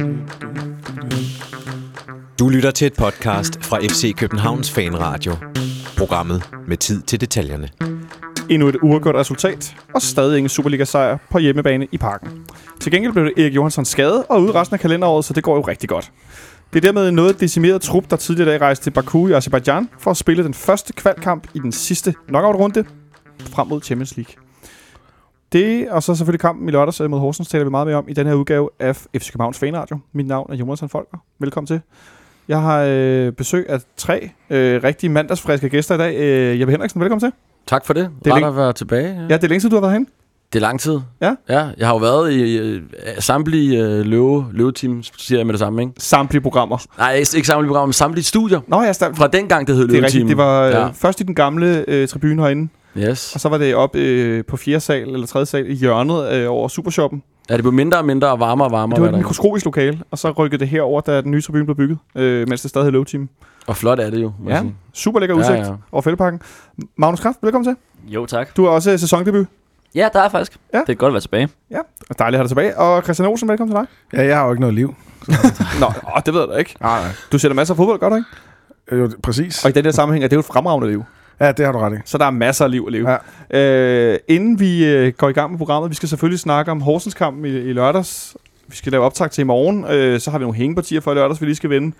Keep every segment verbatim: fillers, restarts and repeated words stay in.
Du lytter til et podcast fra F C Københavns Fanradio. Programmet med tid til detaljerne. Endnu et uafgjort resultat, og stadig ingen Superliga-sejr på hjemmebane i Parken. Til gengæld blev det Erik Johansson skadet og ude resten af kalenderåret, så det går jo rigtig godt. Det er dermed en noget decimeret trup, der tidligere dag rejste til Baku i Aserbajdsjan for at spille den første kvalkamp i den sidste knockout-runde frem mod Champions League. Det, og så selvfølgelig kampen i lørdags mod Horsens, taler vi meget mere om i den her udgave af F C Københavns Fanradio. Mit navn er Jonathan Folker. Velkommen til. Jeg har øh, besøg af tre øh, rigtig mandagsfriske gæster i dag. Øh, Jeppe Henriksen, velkommen til. Tak for det. Det er Rart læng- at være tilbage. Ja. Ja, det er længe siden, du har været herinde. Det er lang tid. Ja. Ja, jeg har jo været i uh, samtlige uh, løve, løveteam, siger jeg med det samme, ikke? Samtlige programmer. Nej, ikke samtlige programmer, men samtlige studier. Nå, ja, stav- Fra dengang, det hed det er løveteam. rigtigt. Det var øh, ja. først i den gamle øh, tribune herinde, Yes. og så var det op øh, på fjerde sal eller tredje sal i hjørnet øh, over Supershoppen. Ja, det blev mindre og mindre og varmere og varmere. Det var et mikroskopisk lokale, og så rykkede det herover, da den nye tribune blev bygget, øh, mens det stadig hed Løveteam. Og flot er det jo. må jeg Ja, sige. super lækker udsigt Ja, ja. over Fældeparken. Magnus Kraft, velkommen til. Jo, tak. Du har også sæsondebut. Ja, der er faktisk. Ja. Det er godt at være tilbage. Ja, og dejligt at have dig tilbage. Og Christian Olsen, velkommen til dig. Ja, jeg har jo ikke noget liv. Nå, åh, det ved jeg da ikke. Nej, nej. Du sætter masser af fodbold, gør du ikke? Jo, præcis. Og i den der sammenhæng er det jo et fremragende liv. Ja, det har du ret i. Så der er masser af liv at leve. Ja. Øh, inden vi øh, går i gang med programmet, vi skal selvfølgelig snakke om Horsens-kampen i, i lørdags. Vi skal lave optag til i morgen. Øh, så har vi nogle hængepartier for i lørdags, vi lige skal vinde.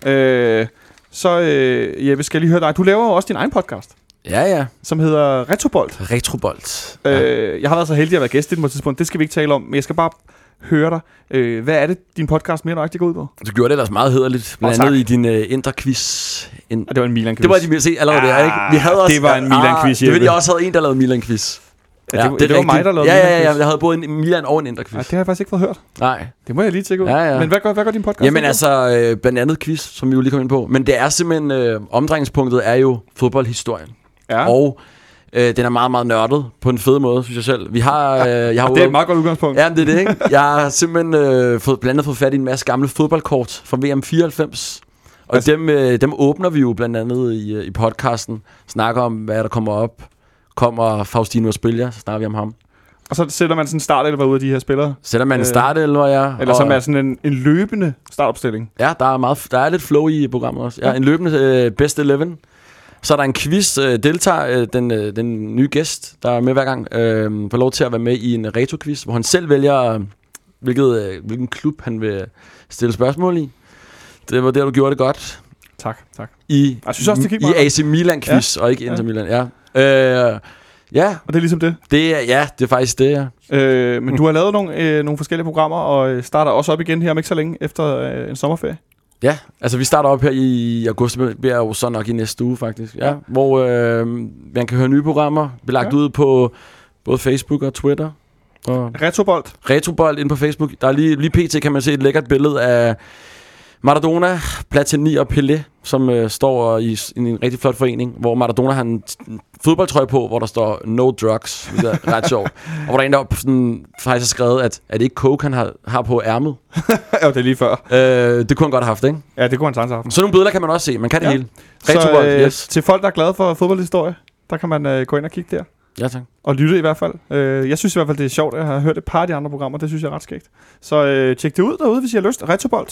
Øh, så øh, Jeppe, skal jeg lige høre dig. Du laver jo også din egen podcast, Ja, ja. som hedder Retrobold. Retrobold. Ja. Ja. Øh, jeg har været så heldig at være gæst i det på et tidspunkt. Det skal vi ikke tale om, men jeg skal bare høre dig. Øh, hvad er det, din podcast mere nøjagtigt går ud på? Du gjorde det ellers meget hæderligt. Blandt Åh, andet i din uh, indre-quiz. In- Og det var en Milan-quiz. det var de vil se allerede Ah, der, ikke? Vi havde også, det var en Milan-quiz, Ah, det ved Jeppe. jeg også havde en, der lavede Milan-quiz. Ja, det, det, det var mig, der lavede ja, ja, ja, Milan-quiz. ja. Jeg havde både en Milan og en indre-quiz. Ja, det har jeg faktisk ikke fået hørt. Nej. Det må jeg lige tjekke ud. Ja, ja. Men hvad gør, hvad gør din podcast? Jamen ud på? altså, øh, blandt andet quiz, som vi jo lige kom ind på. Men det er simpelthen, øh, omdrejningspunktet er jo fodboldhistorien. Ja. Og øh, den er meget, meget nørdet på en fed måde, synes jeg selv. Vi har... Øh, jeg har Og det er et meget godt udgangspunkt. Ja, det er det, ikke? Jeg har simpelthen øh, fået, blandt andet fået fat i en masse gamle fodboldkort fra V M fireoghalvfems. Og Altså- dem, øh, dem åbner vi jo blandt andet i, øh, i podcasten. Snakker om, hvad der kommer op. Kommer Faustino Asprilla, så snakker vi om ham. Og så sætter man sådan en startelver ud af de her spillere. Sætter man en Øh, startelver, ja. Eller og- som er sådan en, en løbende startopstilling. Ja, der er, meget, der er lidt flow i programmet også. Ja, en løbende øh, best elleve. Så er der en quiz, øh, deltager øh, den, øh, den nye gæst, der er med hver gang, øh, får lov til at være med i en retro-quiz, hvor han selv vælger, øh, hvilket, øh, hvilken klub han vil stille spørgsmål i. Det var der, du gjorde det godt. Tak, tak. I, Jeg synes også, det gik i meget A C Milan-quiz, ja. Og ikke Inter Ja. Milan. Ja. Øh, ja, Og det er ligesom det. det er, ja, det er faktisk det, ja. Øh, men du har lavet nogle, øh, nogle forskellige programmer, og øh, starter også op igen her om ikke så længe, efter øh, en sommerferie. Ja, altså vi starter op her i august, det bliver jo så nok i næste uge faktisk, ja, hvor øh, man kan høre nye programmer, bliver lagt Ja. ja. ud på både Facebook og Twitter. Og Retrobold. Retrobold inde på Facebook. Der er lige, lige pt. Kan man se et lækkert billede af Maradona, Platini og Pelé, som øh, står i, i en rigtig flot forening, hvor Maradona har en t- fodboldtrøje på, hvor der står no drugs. Det er ret sjovt. Og hvor der er en, der sådan, faktisk har skrevet, at er det ikke coke, han har, har på ærmet? Ja, det er lige før. Øh, det kunne han godt have haft, ikke? Ja, det kunne han sagtens have haft. Så nogle billeder kan man også se. Man kan det Ja. hele. Så Retrobold, øh, yes. til folk, der er glade for fodboldhistorie, der kan man øh, gå ind og kigge der. Ja, tak. Og lytte i hvert fald. Øh, jeg synes i hvert fald, det er sjovt. Jeg har hørt et par af de andre programmer. Det synes jeg er ret skægt. Så øh, tjek det ud derude, hvis I har lyst. Retrobold.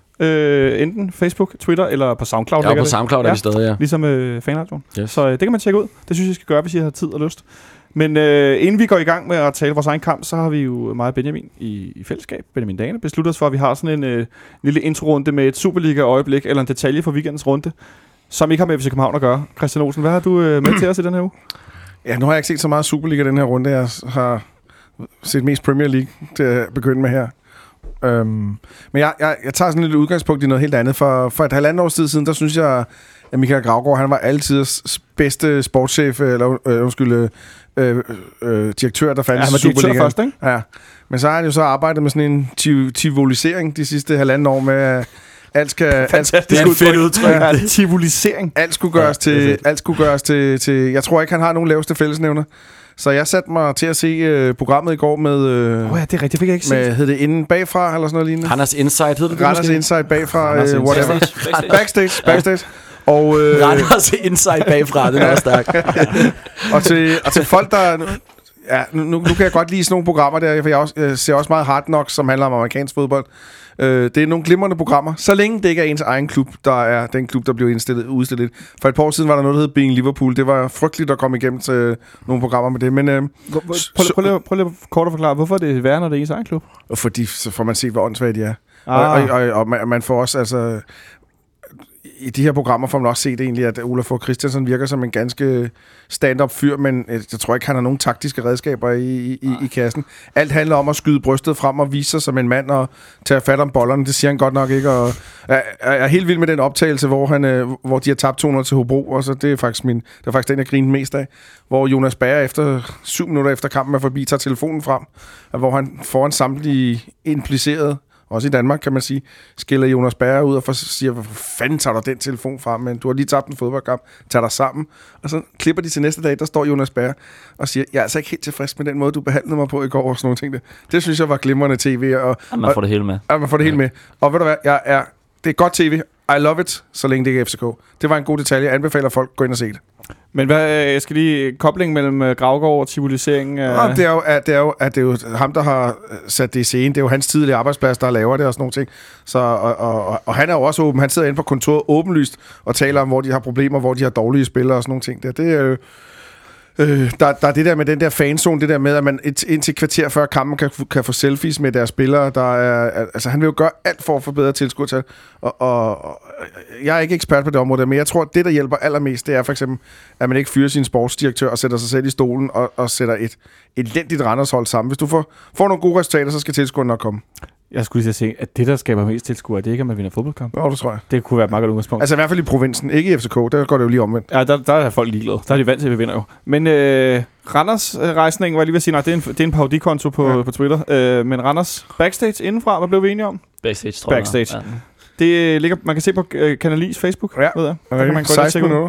Øh, enten Facebook, Twitter eller på SoundCloud. Jeg er ligger på det. SoundCloud, Ja. er vi stadig, ja. Ligesom øh, Fanradioen. Yes. Så øh, det kan man tjekke ud. Det synes jeg, I skal gøre, hvis I har tid og lyst. Men øh, inden vi går i gang med at tale vores egen kamp, så har vi jo mig og Benjamin i, i fællesskab, Benjamin Dane, besluttet os for, at vi har sådan en øh, lille intro-runde med et Superliga-øjeblik, eller en detalje fra weekendens runde, som ikke har med F C København at gøre. Christian Olsen, hvad har du øh, med til os i den her uge? Ja, nu har jeg ikke set så meget Superliga den her runde. Jeg har set mest Premier League til at begynde med her. Um, men jeg, jeg, jeg tager sådan lidt udgangspunkt i noget helt andet. For, for et halvandet års tid siden, der synes jeg, at Michael Gravgaard, han var altidens bedste sportschef, eller øh, undskyld, øh, øh, direktør, der fandt Ja, han var direktør først, ikke? Ja, men så har han jo så arbejdet med sådan en tiv- tivolisering de sidste halvanden år med... Alt skal alt, Det er et fedt udtryk. Ja. Ja, tivolisering. alt skulle gøres Ja, det er til fedt. alt skulle gøres til, til jeg tror ikke han har nogen laveste fællesnævner. Så jeg satte mig til at se øh, programmet i går med øh, Åh oh, ja, det er rigtigt, det fik jeg ikke set. med hed det inden bagfra eller sådan noget lignende. Randers Insight, hed det det Randers måske? Insight bagfra, Randers øh, Insight. whatever. Backstage. Backstage, backstage. Og øh, Randers Insight bagfra, den er også stærk. og til og til folk der Ja, nu, nu kan jeg godt lide sådan nogle programmer der, for jeg, også, jeg ser også meget Hard Knocks, som handler om amerikansk fodbold. Øh, det er nogle glimrende programmer, så længe det ikke er ens egen klub, der er den klub, der bliver indstillet, udstillet. For et par år siden var der noget, der hed Being Liverpool. Det var frygteligt at komme igennem til nogle programmer med det. Men, øh, prøv, prøv, prøv, prøv, prøv lige kort at forklare, hvorfor det er værre, når det er ens egen klub? Fordi så får man set, hvor åndssvagt de er. Ah. Og, og, og, og man, man får også, altså... I de her programmer får man også set egentlig, at Olaf Fogh Christiansen virker som en ganske stand-up fyr, men jeg tror ikke, han har nogen taktiske redskaber i, i, i kassen. Alt handler om at skyde brystet frem og vise sig som en mand og tage fat om bollerne. Det siger han godt nok ikke. Og jeg er helt vild med den optagelse, hvor, han, hvor de har tabt to nul til Hobro, og så det er faktisk min, det er faktisk den, jeg grinede mest af. Hvor Jonas Bager efter syv minutter efter kampen er forbi, tager telefonen frem, og hvor han foran samtlige implicerede, også i Danmark, kan man sige, skiller Jonas Bager ud og siger, hvor fanden tager du den telefon frem, men du har lige tabt en fodboldkamp, tag dig sammen. Og så klipper de til næste dag, der står Jonas Bager og siger, jeg er altså ikke helt tilfreds med den måde, du behandlede mig på i går, og sådan nogle ting. Det, det synes jeg var glimrende tv. Og, ja, man får det hele med. Ja, man får det hele med. Og ved du hvad, jeg er, det er godt tv. I love it, så længe det ikke er F C K. Det var en god detalje. Jeg anbefaler folk at gå ind og se det. Men hvad, jeg skal lige kobling mellem Gravgaard og Tivolisering? Ja, det er jo, at det er jo, at det er jo ham, der har sat det i scene. Det er jo hans tidlige arbejdsplads, der laver det og sådan nogle ting. Så, og, og, og han er jo også åben. Han sidder inde på kontoret åbenlyst og taler om, hvor de har problemer, hvor de har dårlige spillere og sådan nogle ting. Det, det er jo... Øh, der, der er det der med den der fanzone, det der med, at man indtil kvarter før kampen kan, kan få selfies med deres spillere. Der er, altså, han vil jo gøre alt for at forbedre tilskuertal. Og, og, og jeg er ikke ekspert på det område, men jeg tror, at det, der hjælper allermest, det er for eksempel, at man ikke fyrer sin sportsdirektør og sætter sig selv i stolen og, og sætter et elendigt Randershold sammen. Hvis du får, får nogle gode resultater, så skal tilskuerne nok komme. Jeg skulle lige sige, at det, der skaber mest tilskuere, det er ikke, at man vinder fodboldkamp. Ja, det tror jeg. Det kunne være et meget godt udgangspunkt. Altså i hvert fald i provinsen, ikke i F C K. Der går det jo lige omvendt. Ja, der, der er folk ligeglade. Der er de vant til, at vi vinder jo. Men øh, Randers-rejsningen, var jeg lige ved at sige, nej, det er en, det er en parodikonto på, ja. på Twitter. Øh, men Randers backstage indenfra, hvad blev vi enige om? Backstage, tror backstage. jeg. Det ligger, man kan se på øh, Kanalis Facebook, ja. ved jeg. Der kan man gå seksten minutter.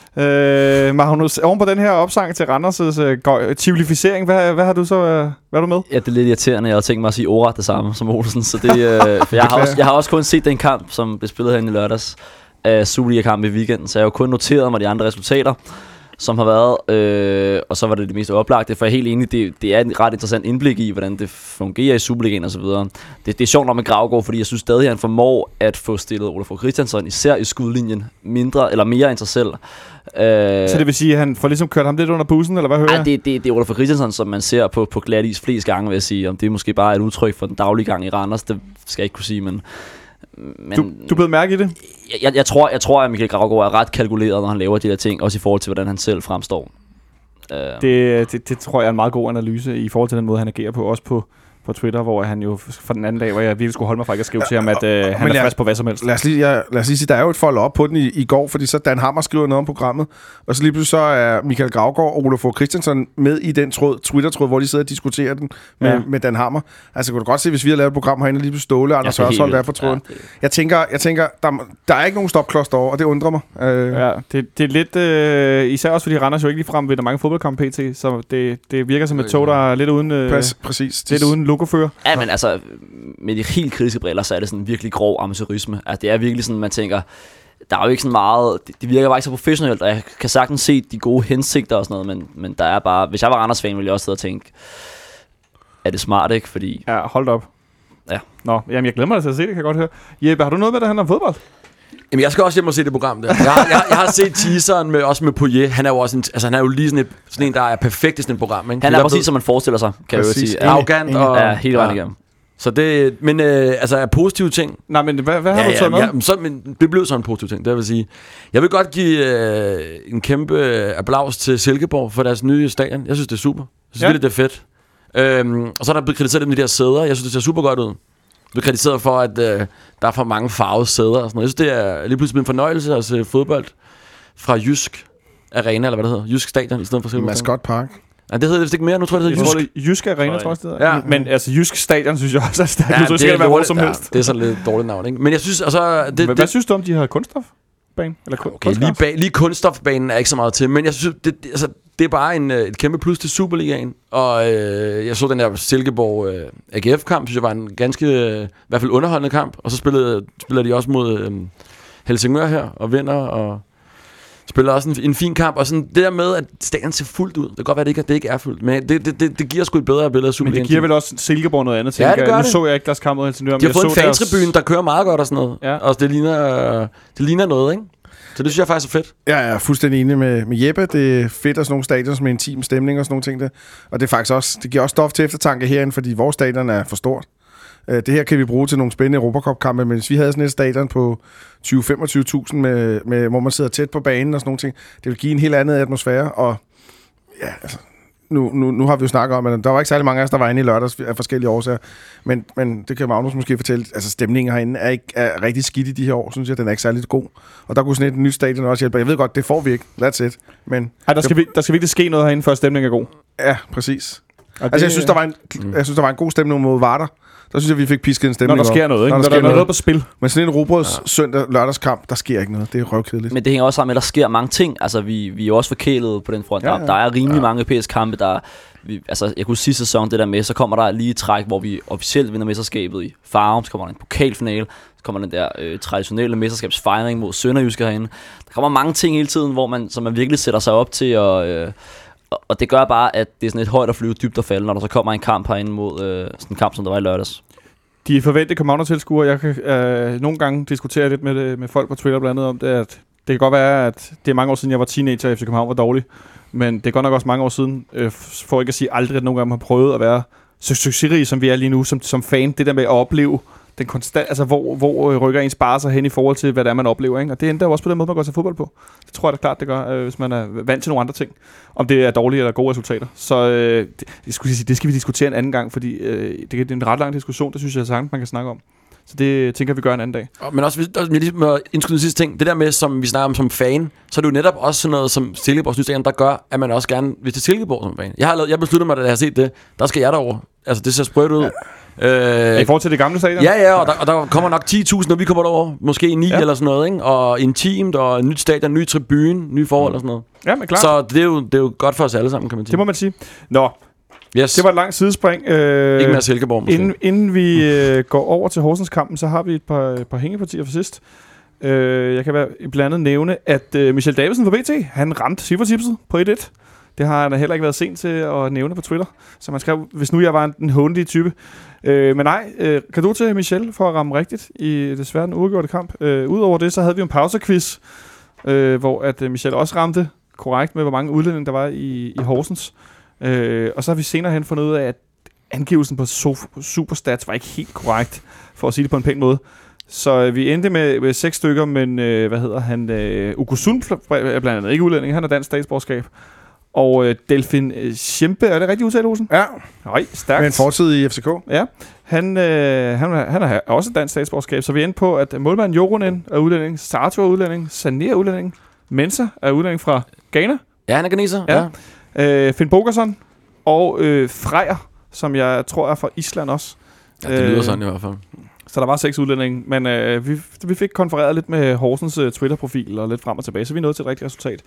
Øh, Magnus, oven på den her opsang til Randers' øh, tivolificering, hvad, hvad har du så øh, hvad er du med? Ja, det er lidt irriterende. Jeg har tænkt mig at sige ordret det samme som Olsen, så det, øh, for jeg, har også, jeg har også kun set den kamp, som blev spillet herinde i lørdags, af Superliga-kamp i weekenden, så jeg har jo kun noteret mig de andre resultater, som har været, øh, og så var det det mest oplagte, for jeg er helt enig, det, det er et ret interessant indblik i, hvordan det fungerer i Superligaen og så videre. Det, det er sjovt nok med Gravgaard, fordi jeg synes stadig, at han formår at få stillet Olaf Fogh Christiansen, især i skudlinjen, mindre eller mere end sig selv. Uh, så det vil sige, at han får ligesom kørt ham lidt under bussen, eller hvad hører jeg? Ja, det, det, det er Olaf Fogh Christiansen, som man ser på, på glat is flest gange, vil jeg sige. Om det er måske bare et udtryk for den daglige gang i Randers, det skal jeg ikke kunne sige, men... men du, du blev mærke i det? Jeg, jeg, tror, jeg tror, at Michael Gravgaard er ret kalkuleret, når han laver de der ting, også i forhold til, hvordan han selv fremstår. Uh. Det, det, det tror jeg er en meget god analyse i forhold til den måde, han agerer på, også på... på Twitter, hvor han jo fra den anden dag, hvor jeg virkelig skulle holde mig fra ikke at skrive ja, til ham, at øh, han er frisk på hvad som helst. Lad os lige, ja, lad os lige sige, der er jo et follow-up på den i, i går, fordi så Dan Hammer skriver noget om programmet, og så lige pludselig så er Michael Gravgaard og Olaf Fogh Christiansen med i den tråd, Twitter-tråd, hvor de sidder og diskuterer den med, ja. med Dan Hammer. Altså, kunne du godt se, hvis vi havde lavet et program herinde, lige pludselig Ståle og Anders Hørsholdt der på tråden. Ja, det... Jeg tænker, jeg tænker der, der er ikke nogen stopklods derovre, og det undrer mig. Øh. Ja, det, det er lidt, øh, især også fordi Randers jo ikke ligefrem vinder mange fodboldkampe P T, så det, det virker som et tog, der er lidt uden, øh, præcis. lidt uden logofører. Ja, men altså, med de helt kritiske briller, så er det sådan virkelig grov amatørisme. Altså, det er virkelig sådan, man tænker, der er jo ikke sådan meget, det, det virker bare ikke så professionelt, og jeg kan sagtens se de gode hensigter og sådan noget, men, men der er bare, hvis jeg var Randers-fan, ville jeg også sidde og tænke, er det smart, ikke? Fordi... Ja, hold op. Ja. Nå, jamen jeg glemmer dig til at se det, kan jeg godt høre. Jeppe, har du noget med, der handler om fodbold? Jamen, jeg skal også hjem og se det program der. Jeg har, jeg, jeg har set teaseren med, også med Poirier. Han er jo også en, altså han er jo lige sådan, et, sådan en, der er perfekt i sådan et program, ikke? Han er præcis, som man forestiller sig, kan præcis. jeg jo sige. Arrogant og... Ja, helt vejen igennem. Så det, men øh, altså er positive ting. Nej, men hvad, hvad har ja, du taget ja, med? Ja, så, men det blev sådan en positiv ting, det vil sige. Jeg vil godt give øh, en kæmpe applaus til Silkeborg for deres nye stadion. Jeg synes, det er super. Jeg synes ja. virkelig, det er fedt. Øhm, og så er der blevet kritiseret med de der sæder. Jeg synes, det ser super godt ud. Jeg bliver kritiseret for, at øh, der er for mange farvede sæder og sådan noget. Jeg synes, det er lige pludselig en fornøjelse at se fodbold fra Jysk Arena, eller hvad det hedder. Jysk Stadion i stedet for Silkeborg. Mascot Park. Ja, det hedder det ikke mere. Nu tror jeg, det hedder Jysk. Jysk Arena, tror jeg, det hedder. Ja. Men altså, Jysk Stadion, synes jeg også er stærkt. Ja, så skal det være hvor som helst. Ja, det er sådan lidt dårligt navn, ikke? Men jeg synes, altså... Det, hvad, det, hvad synes du om, de har kunststofbanen? Eller kun, okay, lige, bag, lige kunststofbanen er ikke så meget til, men jeg synes, det, det, altså, det er bare en, et kæmpe plus til Superligaen. Og øh, jeg så den der Silkeborg øh, A G F-kamp, synes jeg var en ganske, øh, i hvert fald underholdende kamp. Og så spillede, spiller de også mod øh, Helsingør her, og vinder, og... spiller også en, en fin kamp. Og sådan det der med, at stadion ser fuldt ud. Det kan godt være, at det ikke, det ikke er fuldt. Men det, det, det, det giver sgu et bedre billede af Superligaen. Men det giver vel også Silkeborg noget andet. Ja, det gør nu det. så jeg ikke deres kamp mod Helsingør. De har fået en fantribune, der kører meget godt og sådan noget. Ja. Og det ligner, det ligner noget, ikke? Så det synes jeg faktisk er fedt. Jeg er fuldstændig enig med, med Jeppe. Det er fedt at sådan nogle stadions med intim stemning og sådan nogle ting der. Og det er faktisk også, det giver også stof til eftertanke herinde, fordi vores stadion er for stort. Uh, det her kan vi bruge til nogle spændende Europacup-kampe, men hvis vi havde sådan et stadion på tyve til femogtyve tusind, med, med, hvor man sidder tæt på banen og sådan nogle ting, det vil give en helt anden atmosfære. Og ja, altså, nu, nu, nu har vi jo snakket om, at der var ikke særlig mange af os, der var inde i lørdags af forskellige årsager. Men, men det kan Magnus måske fortælle. Altså stemningen herinde er, ikke, er rigtig skidt i de her år, synes jeg. Den er ikke særlig god. Og der kunne sådan et nyt stadion også hjælpe. Jeg ved godt, det får vi ikke. That's it. Men Ej, der, skal vi, der skal virkelig ske noget herinde, før stemningen er god. ja, præcis. Og Altså, det, jeg synes, der var en, jeg synes, der var en god stemning mod Varder. Der synes jeg, vi fik pisket en stemning. når der sker op. noget, ikke? Når Når der, der, sker der er noget noget. på spil. Men sådan en robrøds ja. søndag lørdagskamp, der sker ikke noget. Det er røvkedeligt. Men det hænger også sammen med, at der sker mange ting. Altså, vi, vi er jo også forkælet på den front. Ja, Der, ja. der er rimelig ja. mange europæiske kampe, der... Vi, altså, jeg kunne sidste sæson det der med, så kommer der lige et træk, hvor vi officielt vinder mesterskabet i Farum, så kommer der en pokalfinale, så kommer den der øh, traditionelle mesterskabsfejring mod Sønderjyske herinde. Der kommer mange ting hele tiden, hvor man, som man virkelig sætter sig op til, og, øh, og det gør bare, at det er sådan et højt at flyve, dybt og falde, når der så kommer en kamp herinde mod øh, sådan en kamp, som der var i lørdags. De forventede Københavner-tilskuere, jeg kan øh, nogle gange diskutere lidt med, med folk på Twitter blandt andet om det, at det kan godt være, at det er mange år siden, jeg var teenager, og F C København var dårlig. Men det er godt nok også mange år siden, øh, for ikke at sige aldrig, at nogen af dem har prøvet at være så succesrige, som vi er lige nu, som, som fan. Det der med at opleve den konstant, altså hvor, hvor rykker ens bare sig hen i forhold til, hvad det er, man oplever. Ikke? Og det ender jo også på den måde, man går til fodbold på. Det tror jeg da klart, det gør, øh, hvis man er vant til nogle andre ting. Om det er dårlige eller gode resultater. Så øh, det, jeg skulle sige, det skal vi diskutere en anden gang, fordi øh, det, det er en ret lang diskussion, det synes jeg sagtens, man kan snakke om. Så det tænker vi gør en anden dag. Men også, hvis jeg lige må indskyde den sidste ting. Det der med, som vi snakker om som fan, så er det jo netop også sådan noget som Silkeborgs nystadion, der gør, at man også gerne vil til Silkeborg som fan. Jeg har lavet, jeg besluttede mig, da jeg har set det, der skal jeg derover. Altså, det ser sprødt ud. Ja. Øh, I forhold til det gamle stadion? Ja, ja, og der, og der kommer nok ti tusind, når vi kommer derover. Måske ni ja. eller sådan noget, ikke? Og intimt, og en nyt stadion, ny tribune, nye forhold og sådan noget. Ja, men klart. Så det er, jo, det er jo godt for os alle sammen, kan man sige. Det må man sige. Nå, yes. Det var et langt sidespring. Øh, Ikke mere Silkeborg, måske. Inden, inden vi øh, går over til Horsens-kampen, så har vi et par, et par hængepartier for sidst. Øh, jeg kan være blandt andet nævne, at øh, Michel Davidsen fra B T, han ramte Cifre-tipset på et et. Det har han heller ikke været sent til at nævne på Twitter. Så man skrev, hvis nu jeg var en, en håndig type. Øh, men nej, øh, kan du til Michel for at ramme rigtigt i desværre den uafgjorte kamp. Øh, Udover det, så havde vi en pausequiz, øh, hvor at øh, Michel også ramte korrekt med, hvor mange udlændinge der var i, i Horsens. Øh, og så har vi senere hen fundet ud af, at angivelsen på sof- Superstats var ikke helt korrekt, for at sige det på en pæn måde. Så øh, vi endte med, med seks stykker, men øh, hvad hedder han? Øh, Ugosun er blandt andet ikke udlænding, han er dansk statsborgerskab. Og øh, Delfin øh, Schempe, er det rigtigt udtalt, Olsen? Ja. Nej, stærkt. Med en fortid i F C K. Ja, han, øh, han, han er også dansk statsborgerskab, så vi endte på, at målmanden Joronen er udlænding, Sarto er udlænding, Sané er udlænding, Mensa er udlænding fra Ghana. Ja, han er ganeser. Ja. Ja. Øh, Finn Bogerson og øh, Frejer, som jeg tror er fra Island også. Ja, det lyder sådan i hvert fald. Så der var seks udlændinge, men øh, vi, vi fik konfereret lidt med Horsens uh, Twitter-profil og lidt frem og tilbage, så vi nåede til et rigtigt resultat.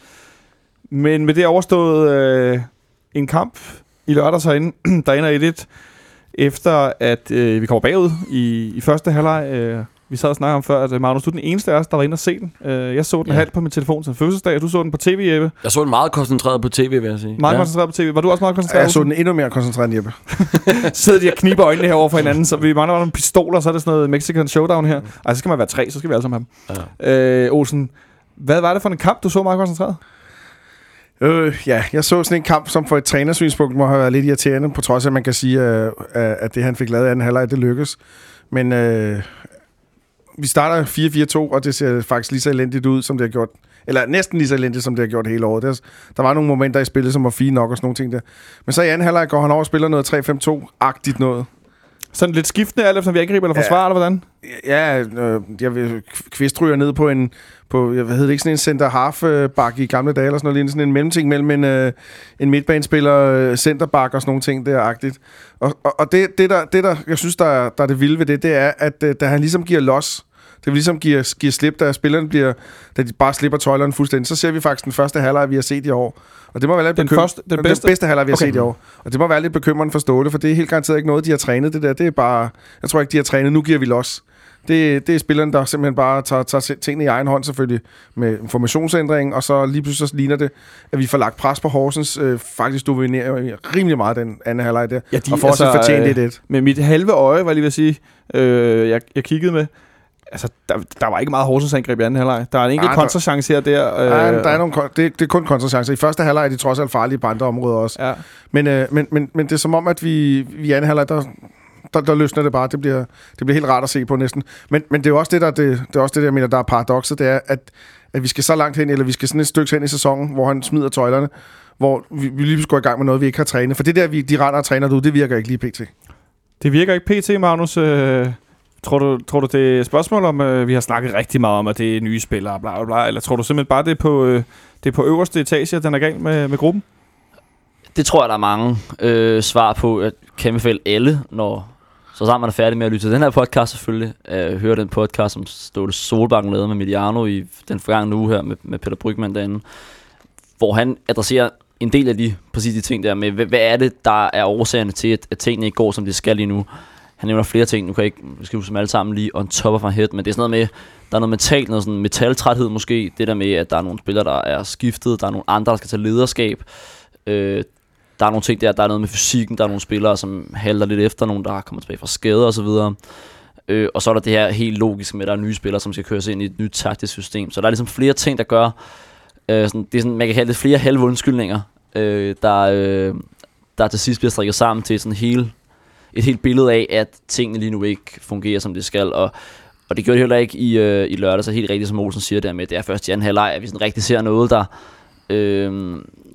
Men med det overstået øh, en kamp i lørdags herinde, der ender et et, efter at øh, vi kommer bagud i, i første halvleg. Øh, vi sad og snakkede om før, at Magnus, du er den eneste af os, der var inde og se den. Øh, jeg så den ja. halvt på min telefon til fødselsdag, og du så den på tv, Jeppe. Jeg så den meget koncentreret på tv, vil jeg sige. Meget ja. koncentreret på tv. Var du også meget koncentreret? Ja, jeg så den endnu mere koncentreret end Jeppe. Sidder de og kniber øjnene her over for hinanden, så vi mangler nogle pistoler, så er det sådan noget Mexican Showdown her. Ej, så skal man være tre, så skal vi alle sammen have dem. Ja. Øh, Olsen, hvad var det for en kamp, du så meget koncentreret? Øh, ja, jeg så sådan en kamp, som for et trænersynspunkt må have været lidt irriterende, på trods af, at man kan sige, at, at det, han fik lavet i anden halvleg, det lykkes. Men øh, vi starter fire fire to, og det ser faktisk lige så elendigt ud, som det har gjort. Eller næsten lige så elendigt, som det har gjort hele året. Der, der var nogle momenter i spillet, som var fine nok og sådan nogle ting der. Men så i anden halvleg går han over og spiller noget tre fem to-agtigt noget. Sådan lidt skiftende, alt efter vi angriber eller forsvarer, ja. Eller hvordan? Ja, øh, jeg vil kvistryger ned på en, på, jeg ved ikke, sådan en center-half-bak i gamle dage, eller sådan noget, sådan en mellemting mellem en, øh, en midtbanespiller, center-bak og sådan nogle ting der-agtigt. Og, og, og det, det, der, det, der, jeg synes, der er, der er det vilde ved det, det er, at da han ligesom giver los, det vil ligesom give, give slip, da spillerne bliver, da de bare slipper tøjlerne fuldstændig, så ser vi faktisk den første halvleg, vi har set i år. Og det må være lidt den, bekym- første, den, bedste? den bedste halvleg, vi har okay. set i år. Og det må være lidt bekymrende for Ståle, for det er helt garanteret ikke noget, de har trænet det der. Det er bare, jeg tror ikke, de har trænet, nu giver vi los. Det, det er spillerne, der simpelthen bare tager, tager tingene i egen hånd, selvfølgelig, med formationsændring, og så lige pludselig så ligner det, at vi får lagt pres på Horsens. Øh, faktisk dominerer rimelig meget den anden halvleg der, ja, de, og får altså, også fortjent et et. Med mit halve øje, var jeg lige ved at sige, øh, jeg, jeg kiggede med, altså, der, der var ikke meget Horsens angreb i anden halvleg. Der er en enkelt kontrachance her der. Øh, ja, der er nogle, det, det er kun kontrachancer. I første halvleg er de trods alt farlige på andre områder også. Ja. Men, øh, men, men, men det er som om, at vi, vi i anden halvleg, der... Der, der løsner det bare. Det bliver, det bliver helt rart at se på næsten. Men, men det er jo også det, der, det, det er også det, der, jeg mener, der er paradokset. Det er, at, at vi skal så langt hen, eller vi skal sådan et stykke hen i sæsonen, hvor han smider tøjlerne, hvor vi, vi lige går i gang med noget, vi ikke har trænet. For det der, vi, de render og træner ud, det virker ikke lige pt. Det virker ikke pt, Magnus. Øh, tror, du, tror du, det er et spørgsmål om, øh, vi har snakket rigtig meget om, at det er nye spillere, bla bla bla, eller tror du simpelthen bare, det er på, øh, det er på øverste etage, at den er galt med, med gruppen? Det tror jeg, der er mange øh, svar på. At kan vi fælde alle, når... Så sammen man er færdig med at lytte til den her podcast selvfølgelig. Øh, høre den podcast, som Ståle Solbakken lavede med Mediano i den forgangne uge her med, med Peter Brygman derinde. Hvor han adresserer en del af de præcis de ting der med, hvad, hvad er det, der er årsagerne til, at, at tingene ikke går, som det skal lige nu. Han nævner flere ting, nu kan jeg ikke skrive dem alle sammen lige on top of my head, men det er sådan noget med, der er noget mentalt, noget sådan metaltræthed måske. Det der med, at der er nogle spillere, der er skiftet, der er nogle andre, der skal tage lederskab. Øh, Der er nogle ting der, der er noget med fysikken, der er nogle spillere, som halter lidt efter, nogle der kommer tilbage fra skader og så videre. Øh, og så er der det her helt logiske med, at der er nye spillere, som skal køres ind i et nyt taktisk system. Så der er ligesom flere ting, der gør, øh, sådan, det er sådan, man kan kalde det flere halve undskyldninger, øh, der, øh, der til sidst bliver strikket sammen til sådan hele, et helt billede af, at tingene lige nu ikke fungerer, som det skal. Og, og det gjorde det heller ikke i, øh, i lørdag, så helt rigtigt, som Olsen siger der med, det er først i anden halvleg, at vi sådan rigtig ser noget, der... Øh,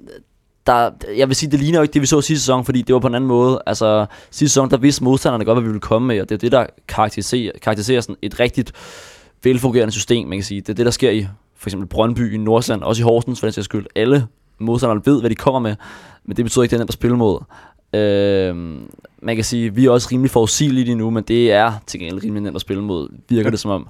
Der, jeg vil sige, det ligner jo ikke det, vi så sidste sæson, fordi det var på en anden måde. Altså, sidste sæson, der vidste modstanderne godt, hvad vi ville komme med, og det er det, der karakteriserer, karakteriserer sådan et rigtigt velfungerende system, man kan sige. Det er det, der sker i for eksempel Brøndby, i Nordsjælland, også i Horsens, for den sags skyld. Alle modstanderne ved, hvad de kommer med, men det betyder ikke, det er nemt at spille mod. Øh, man kan sige, vi er også rimelig forudsigelige lige nu, men det er til gengæld rimelig nemt at spille mod, virker det som om.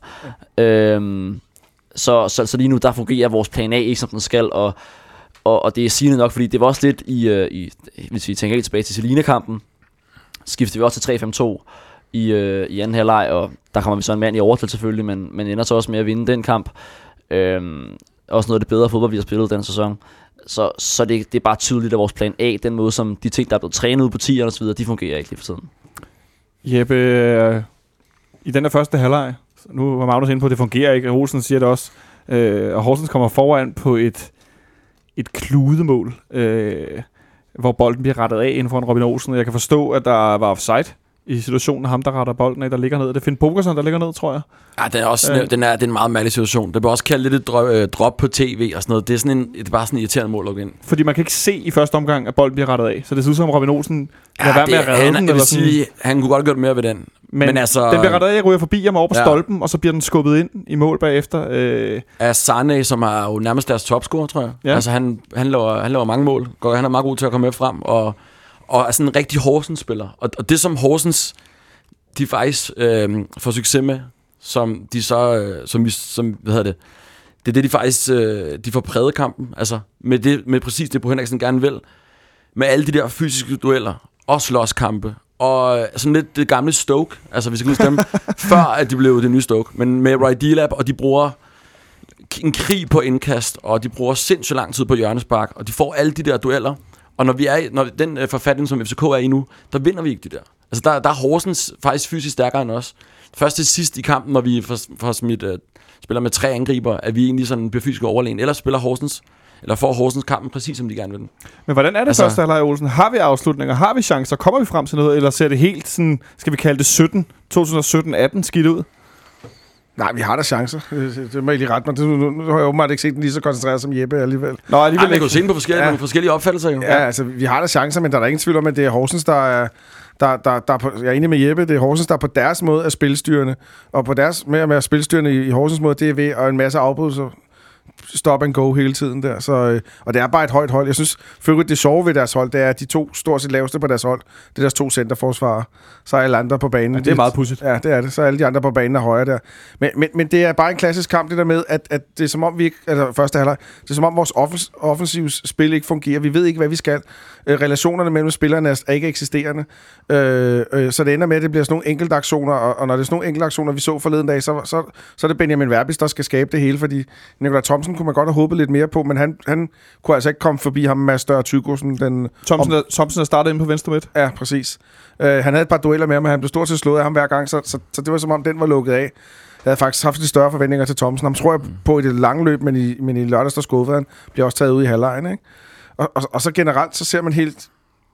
Øh, så, så, så lige nu, der fungerer vores plan A ikke, som den skal, og Og, og det er sigende nok, fordi det var også lidt i, uh, i hvis vi tænker helt tilbage til Selina-kampen, skiftede vi også til tre fem to i, uh, i anden halvleg, og der kommer vi så en mand i overtal selvfølgelig, men, men ender så også med at vinde den kamp. Øhm, også noget af det bedre fodbold, vi har spillet den sæson. Så, så det, det er bare tydeligt, at vores plan A, den måde som de ting, der er blevet trænet ud på tierne og så videre, de fungerer ikke lige for tiden. Jeppe, øh, i den der første halvleg, nu var Magnus inde på, at det fungerer ikke, Olsen siger det også, øh, og Horsens kommer foran på et et kludemål, øh, hvor bolden bliver rettet af inden for en Robin Olsen. Jeg kan forstå, at der var offside i situationen af ham, der retter bolden af, der ligger ned. Det er Finn Bogerson, der ligger ned, tror jeg. Ja, det er også øh. den er, det er en meget mærkelig situation. Det bliver også kaldt lidt et drop, øh, drop på tv og sådan noget. Det er, sådan en, det er bare sådan en irriterende mål at lukke ind. Fordi man kan ikke se i første omgang, at bolden bliver rettet af. Så det ser ud som Robin Olsen ja, være med at redde han, den. Jeg vil sige, han kunne godt gøre det mere ved den. Men, men altså, den bliver rettet af, ryger forbi ham over på ja. stolpen, og så bliver den skubbet ind i mål bagefter. Øh. Af Sarne, som er jo nærmest deres topscorer, tror jeg. Ja. Altså han, han, laver, han laver mange mål. Han er meget god til at komme med frem, og, og er sådan en rigtig Horsens-spiller. Og, og det som Horsens, de faktisk øh, får succes med, som de så, øh, som vi, som, hvad hedder det, det er det, de faktisk, øh, de får præget kampen, altså med, det, med præcis det, Bo Henriksen gerne vil, med alle de der fysiske dueller, og slåskampe, og sådan lidt det gamle Stoke, altså hvis jeg kan huske dem, før at de blev det nye Stoke, men med Roy Delap, og de bruger en krig på indkast, og de bruger sindssygt lang tid på hjørnespark, og de får alle de der dueller, og når vi er når den øh, forfatning, som F C K er i nu, der vinder vi ikke de der. Altså der, der er Horsens faktisk fysisk stærkere end os. Først til sidst i kampen, når vi for, for smidt, uh, spiller med tre angriber, at vi egentlig sådan bliver fysisk overlegen. Ellers spiller Horsens, eller får Horsens kampen præcis som de gerne vil den. Men hvordan er det altså, første halvleg, Olsen? Har vi afslutninger? Har vi chancer? Kommer vi frem til noget? Eller ser det helt sådan, skal vi kalde det sytten, tyve sytten atten skidt ud? Nej, vi har da chancer. Det må jeg lige rette mig. Nu, nu har jeg åbenbart ikke set den lige så koncentreret som Jeppe alligevel. Nå, alligevel. Ej, vi kan jo se den på forskellige, ja. forskellige opfattelser. Jo. Ja, altså vi har da chancer, men der er der ingen tvivl om, at det er Horsens, der er... Der, der, der er på, jeg er enig med Jeppe, det er Horsens, der er på deres måde af spilstyrende. Og på deres med at være spilstyrende i, i Horsens måde, det er ved at en masse afbrydelser. stop and go hele tiden der. Så, øh, og det er bare et højt hold. Jeg synes, for det sjove ved deres hold, det er, at de to stort set laveste på deres hold, det er deres to centerforsvarere. Så er alle andre på banen. Ja, det er meget pudsigt. Ja, det er det. Så er alle de andre på banen er højere der. Men, men, men det er bare en klassisk kamp, det der med, at, at det er som om vi ikke, altså første halvleg, det er som om vores offens, offensive spil ikke fungerer. Vi ved ikke, hvad vi skal. Øh, relationerne mellem spillerne er ikke eksisterende. Øh, øh, så det ender med, at det bliver sådan nogle enkelte aktioner, og, og når det er sådan nogle enkelte aktioner, vi så forleden dag, så, så, så er det Benjamin Verbis, der skal skabe det hele, fordi Nikolaj Thomsen kunne man godt have håbet lidt mere på, men han, han kunne altså ikke komme forbi ham med større Tygosen. Den, Thomsen, om, Thomsen er startet inde på venstre midt. Ja, præcis. Øh, han havde et par dueller med ham, men han blev stort set slået af ham hver gang, så, så, så det var som om, den var lukket af. Jeg havde faktisk haft lidt større forventninger til Thomsen. Ham tror jeg på i det lange løb, men i, men i lørdags, der skuffede han, bliver også taget ud i halvlejen, ikke? Og, og, og så generelt, så ser man helt...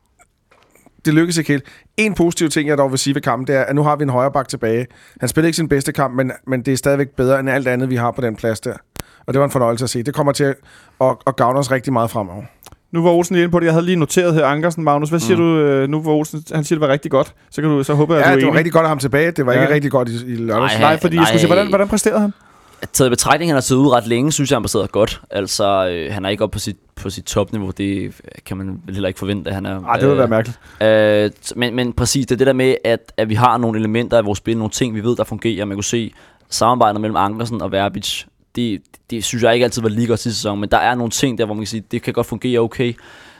Det lykkes ikke helt. En positiv ting, jeg dog vil sige ved kampen, det er, at nu har vi en højre bak tilbage. Han spiller ikke sin bedste kamp, men, men det er stadigvæk bedre end alt andet, vi har på den plads der. Og det var en fornøjelse at se. Det kommer til at, at, at gavne os rigtig meget fremover. Nu var Olsen lige inde på det. Jeg havde lige noteret her Ankersen, Magnus. Hvad siger mm. du? Nu var Olsen, han siger, det var rigtig godt. Så kan du så håbe, at ja, du er det var enig. rigtig godt at have ham tilbage. Det var ja. ikke rigtig godt i, i lørdags. Nej, nej, fordi nej, jeg skulle sige, hvordan, hvordan præsterede han? Taget i betragtning, han har siddet ude ret længe, synes jeg, han præsterede godt. Altså, øh, han er ikke oppe på sit, på sit topniveau. Det kan man vel heller ikke forvente, at han er. Nej, det vil øh, være mærkeligt. Øh, men, men præcis, det er det der med, at, at vi har nogle elementer i vores spil, nogle ting, vi ved, der fungerer. Man kunne se samarbejdet mellem Ankersen og Verbic. Det, det synes jeg ikke altid var lige godt sidste sæson, men der er nogle ting der, hvor man kan sige, det kan godt fungere okay.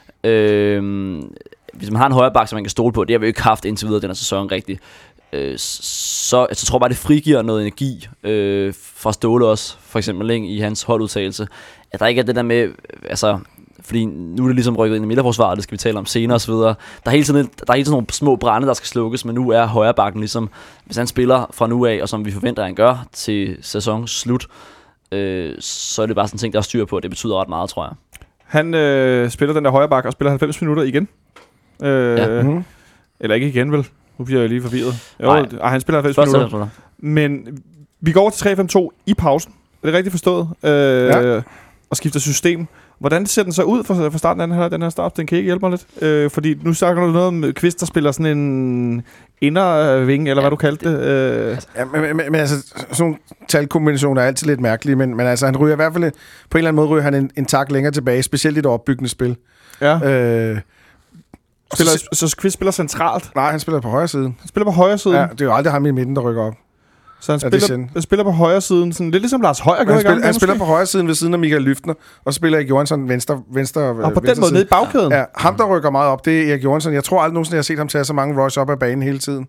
Øh, hvis man har en højre bak, som man kan stole på, det har vi jo ikke haft indtil videre den her sæson rigtigt. Øh, så jeg tror bare, det frigiver noget energi øh, fra Ståle også, for eksempel ikke, i hans holdudtagelse. At der ikke er det der med, altså, fordi nu er det ligesom rykket ind i midterforsvaret, det skal vi tale om senere osv. Der er hele tiden, der er hele tiden nogle små brænde, der skal slukkes, men nu er højre bakken ligesom, hvis han spiller fra nu af, og som vi forventer, han gør til sæsons slut, øh, så er det bare sådan en ting, der er styr på, det betyder ret meget, tror jeg. Han øh, spiller den der højre bak og spiller halvfems minutter igen. Øh, ja. mm-hmm. Eller ikke igen, vel? Nu bliver jeg lige forvirret. Jo, ej, han spiller halvfems minutter. minutter. Men vi går over til tre fem to i pausen. Er det rigtigt forstået? Øh, ja. Og skifter system. Hvordan ser den så ud for, for starten af den her, den her start? Den kan ikke hjælpe mig lidt. Øh, fordi nu snakker du noget om Kvist, der spiller sådan en inderving, eller ja, hvad du kaldte det. Øh. Ja, men, men, men altså, sådan nogle talkombinationer er altid lidt mærkelige, men, men altså, han ryger i hvert fald, på en eller anden måde ryger han en, en tak længere tilbage, specielt i det opbyggende spil. Ja. Øh, Spiller, så, så Kvist spiller centralt? Nej, han spiller på højre siden. Han spiller på højre siden? Ja, det er jo aldrig ham i midten, der rykker op. Så han spiller, han spiller på højre siden, sådan lidt ligesom Lars Højer gjorde i gang. Han spiller på højre siden ved siden af Michael Løftner, og så spiller Erik Johansson venstre venstre. Og på den måde ned i bagkæden. Ja, ham der rykker meget op, det er Erik Johansson. Jeg tror aldrig nogensinde, jeg har set ham tage så mange rush op af banen hele tiden.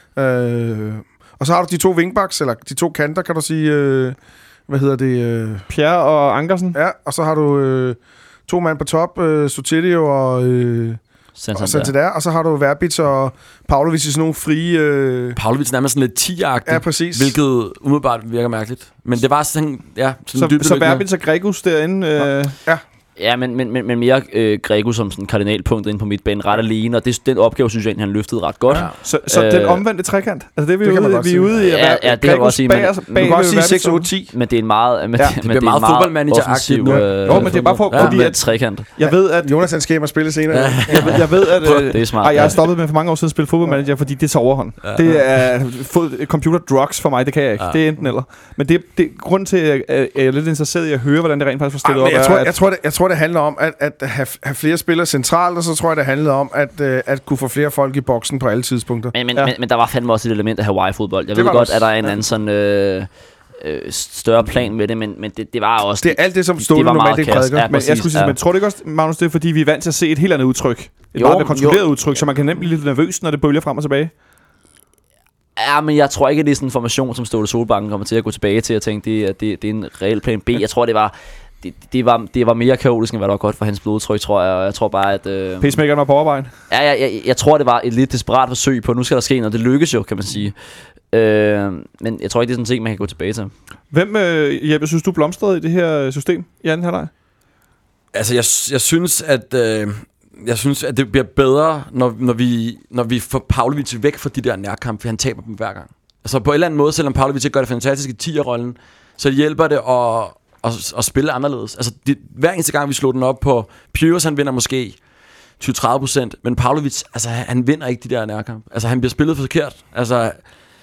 Øh, og så har du de to wingbacks, eller de to kanter, kan du sige. Øh, hvad hedder det? Øh, Pierre og Ankersen. Ja, og så har du øh, to mand på top, øh, Sotilio og... Øh, Santander. Og, og så har du Verbic og Pavlovic i sådan nogle frie... Øh... Pavlovic nærmest sådan lidt ti-agtig, ja, præcis. Hvilket umiddelbart virker mærkeligt. Men det var sådan, ja... Sådan så så Verbic og Gregus derinde... Øh... Ja. Ja, men, men, men, men mere øh, Grego som sådan kardinalpunkt inde på midtbanen ret alene, og det, den opgave, synes jeg egentlig, han løftede ret godt. Ja. Så, så øh, den omvendte trekant? Altså det, vi det er ude, vi er ude i... Ja, ja, det kan man godt sige. Bag, men, bag, du kan også sige seks otte ti. Men det er en meget... Men, ja, det, men bliver det meget fodboldmanager-agtigt nu. Øh, jo, men det er bare for, ja, fordi... At, trekant. Jeg ved, at... Jonas han skal hjem og spille senere. Ja. jeg, ved, jeg ved, at... Øh, det er smart. Ej, jeg har stoppet med for mange år siden at spille fodboldmanager, fordi det er så overhånd. Ja. Det er computer drugs for mig, det kan jeg ikke. Ja. Det er enten eller. Men det er grund til, at jeg er lidt interesseret i at høre, hvordan det rent faktisk var stillet op. Jeg tror, det handler om, at have, have flere spillere centralt, og så tror jeg, det handlede om at, øh, at kunne få flere folk i boksen på alle tidspunkter. Men, men, ja. men, men der var fandme også et element af Hawaii-fodbold. Jeg det ved godt, også, at der er en ja. anden sådan øh, øh, større plan med det, men, men det, det var også... Det er alt det, som Ståle normalt ikke prædiker. Ja, men jeg skulle sige, ja. men tror du ikke også, Magnus, det er fordi, vi er vant til at se et helt andet udtryk? Et jo, meget mere kontrolleret jo. udtryk, så man kan nemt blive lidt nervøs, når det bølger frem og tilbage? Ja, men jeg tror ikke, at det er sådan en formation, som Ståle Solbakken kommer til at gå tilbage til, og tænke, det, at det, det er en reel plan B. Jeg tror, det var... Det, det, var, det var mere kaotisk, end hvad der var godt for hans blodtryk, tror jeg. Og jeg tror bare, at... Øh, Pacemakeren var på overvejen? Ja, jeg, jeg, jeg tror, det var et lidt desperat forsøg på, nu skal der ske noget. Det lykkes jo, kan man sige. Øh, men jeg tror ikke, det er sådan en ting, man kan gå tilbage til. Hvem, øh, Jeppe, synes du blomstrede i det her system i anden halvleg? Altså, jeg, jeg synes, at... Øh Jeg synes, at det bliver bedre, når, når, vi, når vi får Pavlovic væk fra de der nærkampe, for han taber dem hver gang. Altså på en eller anden måde, selvom Pavlovic ikke gør det fantastiske tier-rollen, så hjælper det at, at, at spille anderledes. Altså det, hver eneste gang, vi slår den op på Pyrus, han vinder måske tyve til tredive procent, men Pavlovic, altså han vinder ikke de der nærkampe. Altså han bliver spillet forkert. Altså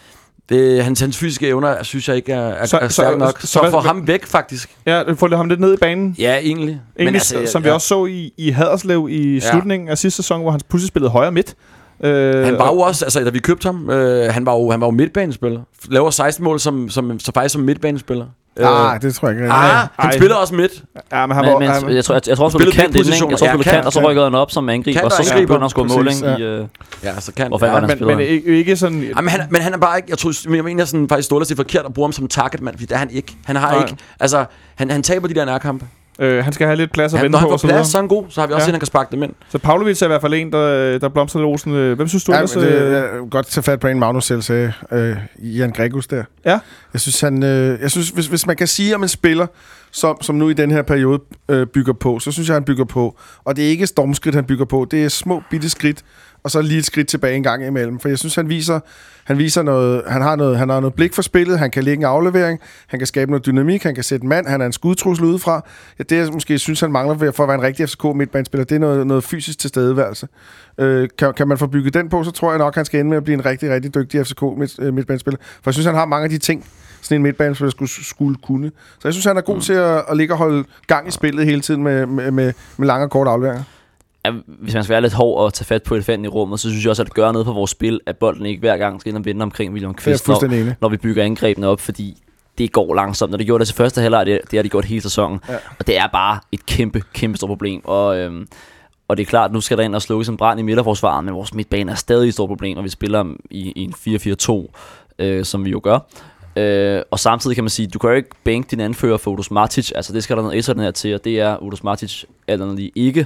Det, hans, hans fysiske evner, synes jeg ikke er, er, Så- er stærk så- nok. så Så, hvad- så få ham væk, faktisk. Ja, få ham lidt ned i banen. Ja, egentlig. Egentlig, altså, som vi også så i, i Haderslev i Ja. slutningen af sidste sæson, hvor han pludselig spillede højre midt. Øh, Han var og- jo også, altså da vi købte ham, øh, han var jo, han var jo midtbanespiller. Laver seksten mål som, som, så faktisk som midtbanespiller. Ah, det tror jeg ikke. Ah, han Ej. spiller også midt. Ja, men han Men, var... men, han, jeg, tror, jeg, jeg tror også, spillede han spillede kant begge inden, ikke? Jeg tror, positioner. han spillede Ja, kant, og så kant. rykkede han op som angriber, Kant og og så angriber, begyndte han at score mål, præcis, ikke? I, øh, Ja, så kan Hvor fanden ja, var han men, men spiller? ikke, ikke sådan... Ja, men, han, men han er bare ikke, jeg tror, jeg mener sådan faktisk stålet, det er forkert at bruge ham som target, mand, fordi det er han ikke. Han har Nej. ikke, altså, han, han taber de der nærkampe. Øh, han skal have lidt plads at Han, vende når han på får og så videre. plads, så er han god, så har vi også Ja. set, at han kan sparke dem ind. Så Pavlovic er i hvert fald en, der, der blomstrer lidt rosen. Øh, Hvem synes du Ja, ellers? men det, øh, jeg vil godt tage fat på en Magnus selv sagde, øh, Jan Gregus der. Ja. Jeg synes, han, øh, jeg synes hvis, hvis man kan sige om en spiller, som, som nu i den her periode øh, bygger på, så synes jeg, han bygger på. Og det er ikke stormskridt, han bygger på. Det er små, bitte skridt, og så lige et skridt tilbage en gang imellem. For jeg synes, han viser, han viser noget, han har noget, han har noget blik for spillet, han kan lægge en aflevering, han kan skabe noget dynamik, han kan sætte en mand, han er en skudtrussel udefra. Ja, det jeg måske synes, han mangler ved- for at være en rigtig F C K midtbanespiller, det er noget, noget fysisk tilstedeværelse. Øh, kan, kan man få bygget den på, så tror jeg nok, han skal ende med at blive en rigtig, rigtig dygtig F C K midt, øh, midtbanespiller. For jeg synes, han har mange af de ting, sådan en midtbanespiller skulle, skulle kunne. Så jeg synes, han er god mm. til at, at ligge og holde gang i spillet hele tiden med, med, med, med lange og korte afleveringer. Ja, hvis man skal være lidt hård og tage fat på elefanten i rummet, så synes jeg også, at det gør noget på vores spil, at bolden ikke hver gang skal ind og vende omkring William Det er Kvist, fuldstændig når, enig. når vi bygger angrebene op, fordi det går langsomt. Når de gjorde det til første halvleg, det, det har de gjort hele sæsonen. Ja. Og det er bare et kæmpe, kæmpe stort problem. Og, øhm, og det er klart, at nu skal der ind og slukke som brand i midterforsvaret, men vores midtbane er stadig et stort problem, når vi spiller i, i en fire fire to, øh, som vi jo gør. Øh, og samtidig kan man sige, du kan jo ikke bænke din anfører for Udos Matic, altså det skal der noget ekstra den her til, og det er Udos Matic alt andet lige ikke.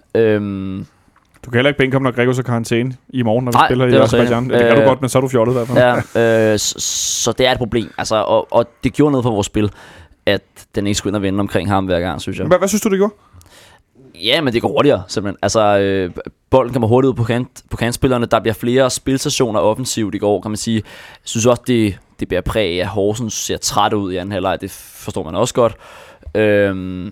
Øhm, Du kan heller ikke bænke ham, når Gregos er karantæne i morgen, når vi Nej, spiller det i er Azerbaijan. også Ja, det kan du øh, godt, men så er du fjollet i hvert fald. Ja, øh, så, så det er et problem. Altså, og, og det gjorde noget for vores spil, at den ikke skulle ind og vende omkring ham hver gang, synes jeg. Hvad, hvad synes du, det gjorde? Ja, men det går hurtigere, simpelthen. Altså, øh, bolden kommer hurtigt ud på, kant, på kantspillerne. Der bliver flere spilstationer offensivt i går, kan man sige. Jeg synes også, det, det bliver præg af, at Horsens ser træt ud i anden halvleg. Det forstår man også godt. Øhm,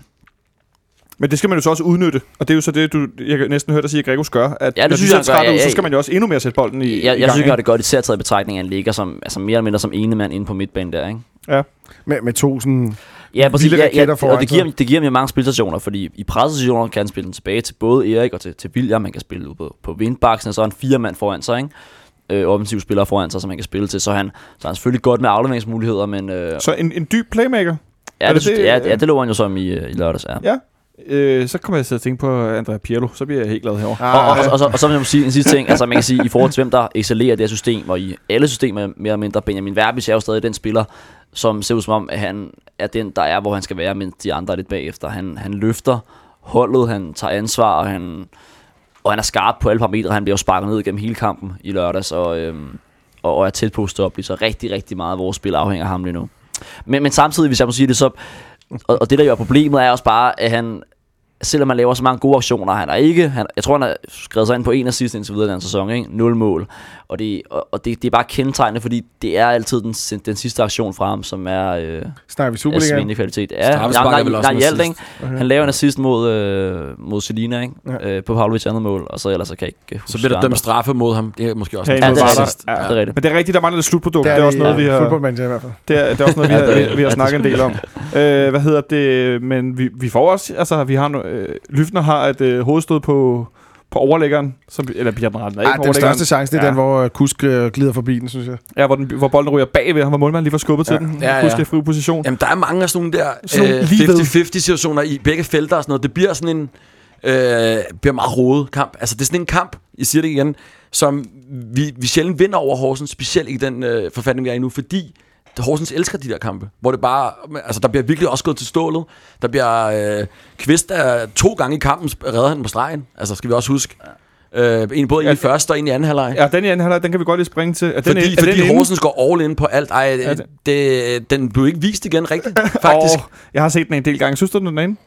Men det skal man jo så også udnytte. Og det er jo så det, du, jeg kan næsten høre dig sige, at Gregos gør. At Ja, det når synes de jeg, ser han gør. træt ud, Ja, ja, så skal man jo også endnu mere sætte bolden i, jeg i jeg gang. synes, ikke? at det godt, især taget i betragtning, at han ligger som, altså mere eller mindre som ene mand inde på midtbanen der, ikke? Ja. Med, med to sådan... Ja, præcis. Vilde Ja, raketter ja, foran og det giver, sig. det giver ham jo mange spilstationer, fordi i pressestationer kan han spille den tilbage til både Erik og til, til William. Man kan spille ud på, på vindbaksen, og så er han fire mand foran sig, ikke? Øh, offensive spillere foran sig, som man kan spille til. Så han, så er han selvfølgelig godt med afleveringsmuligheder, men... Øh, Så en, en dyb playmaker. ja, er det, det det, det, ja, øh, ja, det lå han jo som i, øh, i lørdags, ja. Ja. Øh, så kommer jeg til at tænke på Andrea Pirlo. Så bliver jeg helt glad herovre. Og, og, og, og, så, og så vil jeg sige en sidste ting, altså man kan sige, i forhold til hvem der excellerer det her system, og i alle systemer mere eller mindre, Benjamin Verbis er jo stadig den spiller, som ser ud som om, at han er den, der er, hvor han skal være, mens de andre er lidt bagefter. Han, han løfter holdet, han tager ansvar, og han, og han er skarp på alle parametre. Han bliver jo sparket ned gennem hele kampen i lørdags, og, øhm, og, og er tæt på at stoppe, så rigtig, rigtig meget af vores spil afhænger af ham lige nu. Men, men samtidig, hvis jeg må sige det så, og, og det der jo er problemet, er også bare, at han, selvom man laver så mange gode aktioner, han er ikke, han, jeg tror han har skrevet sig ind på en af sidste indtil videre i den sæson, ikke? Nul mål. Og, det, og, og det, det er bare kendetegnende, fordi det er altid den, den sidste aktion fra ham, som er, øh, Snakker vi er Superligaen? svindende kvalitet. Ja, Straffespark nej, er vel nej, også nej, en i alt, assist. ikke? Han laver en assist mod, øh, mod Selina, ikke? Ja. Øh, på Pavlovic andet mål, og så ellers så kan jeg ikke huske Så bliver der de dømt andre. straffe mod ham. Det er måske også Ja, en Ja, det det er var der. rigtigt. Ja. Det er rigtigt. Men det er rigtigt, der mangler lidt slutprodukt. Det Det er, er også noget, vi har... Fodboldmanager i hvert fald. Det er, det er også noget, vi Ja, har, det er vi, det. vi har Ja, snakket en det del om. Øh, hvad hedder det? Men vi, vi får også... Altså, vi har... No, øh, Lyftner har et øh, hovedstød på, på overlæggeren. Som, eller Bjørn Randen er ikke Ej, på den overlæggeren. største chance, det er Ja. den, hvor Kusk øh, glider forbi den, synes jeg. Ja, hvor, den, hvor bolden ryger bagved ham, hvor målmanden lige får skubbet Ja. til den. Ja, ja. Kusk i fri position. Jamen, der er mange af sådan nogle der Sådan nogle øh, lige ved. halvtreds halvtreds situationer i begge felter og sådan noget. Det bliver sådan en øh, bliver meget rodet kamp. Altså, det er sådan en kamp, jeg siger det igen, som vi, vi sjældent vinder over Horsens, specielt i den øh, forfatning, vi er i nu, fordi Horsens elsker de der kampe, hvor det bare, altså der bliver virkelig også gået til stålet. Der bliver øh, Kvist der to gange i kampen redder han på stregen. Altså, skal vi også huske. Øh, en både Ja, i første og en i anden halvleg. Ja, den i anden halvleg, den kan vi godt lige springe til. Er den, Fordi, er fordi den Horsens går all in på alt. Ej, Ja, ja, det- det, den blev ikke vist igen rigtigt, faktisk. Åh, jeg har set den en del gange. Synes du, den er inde?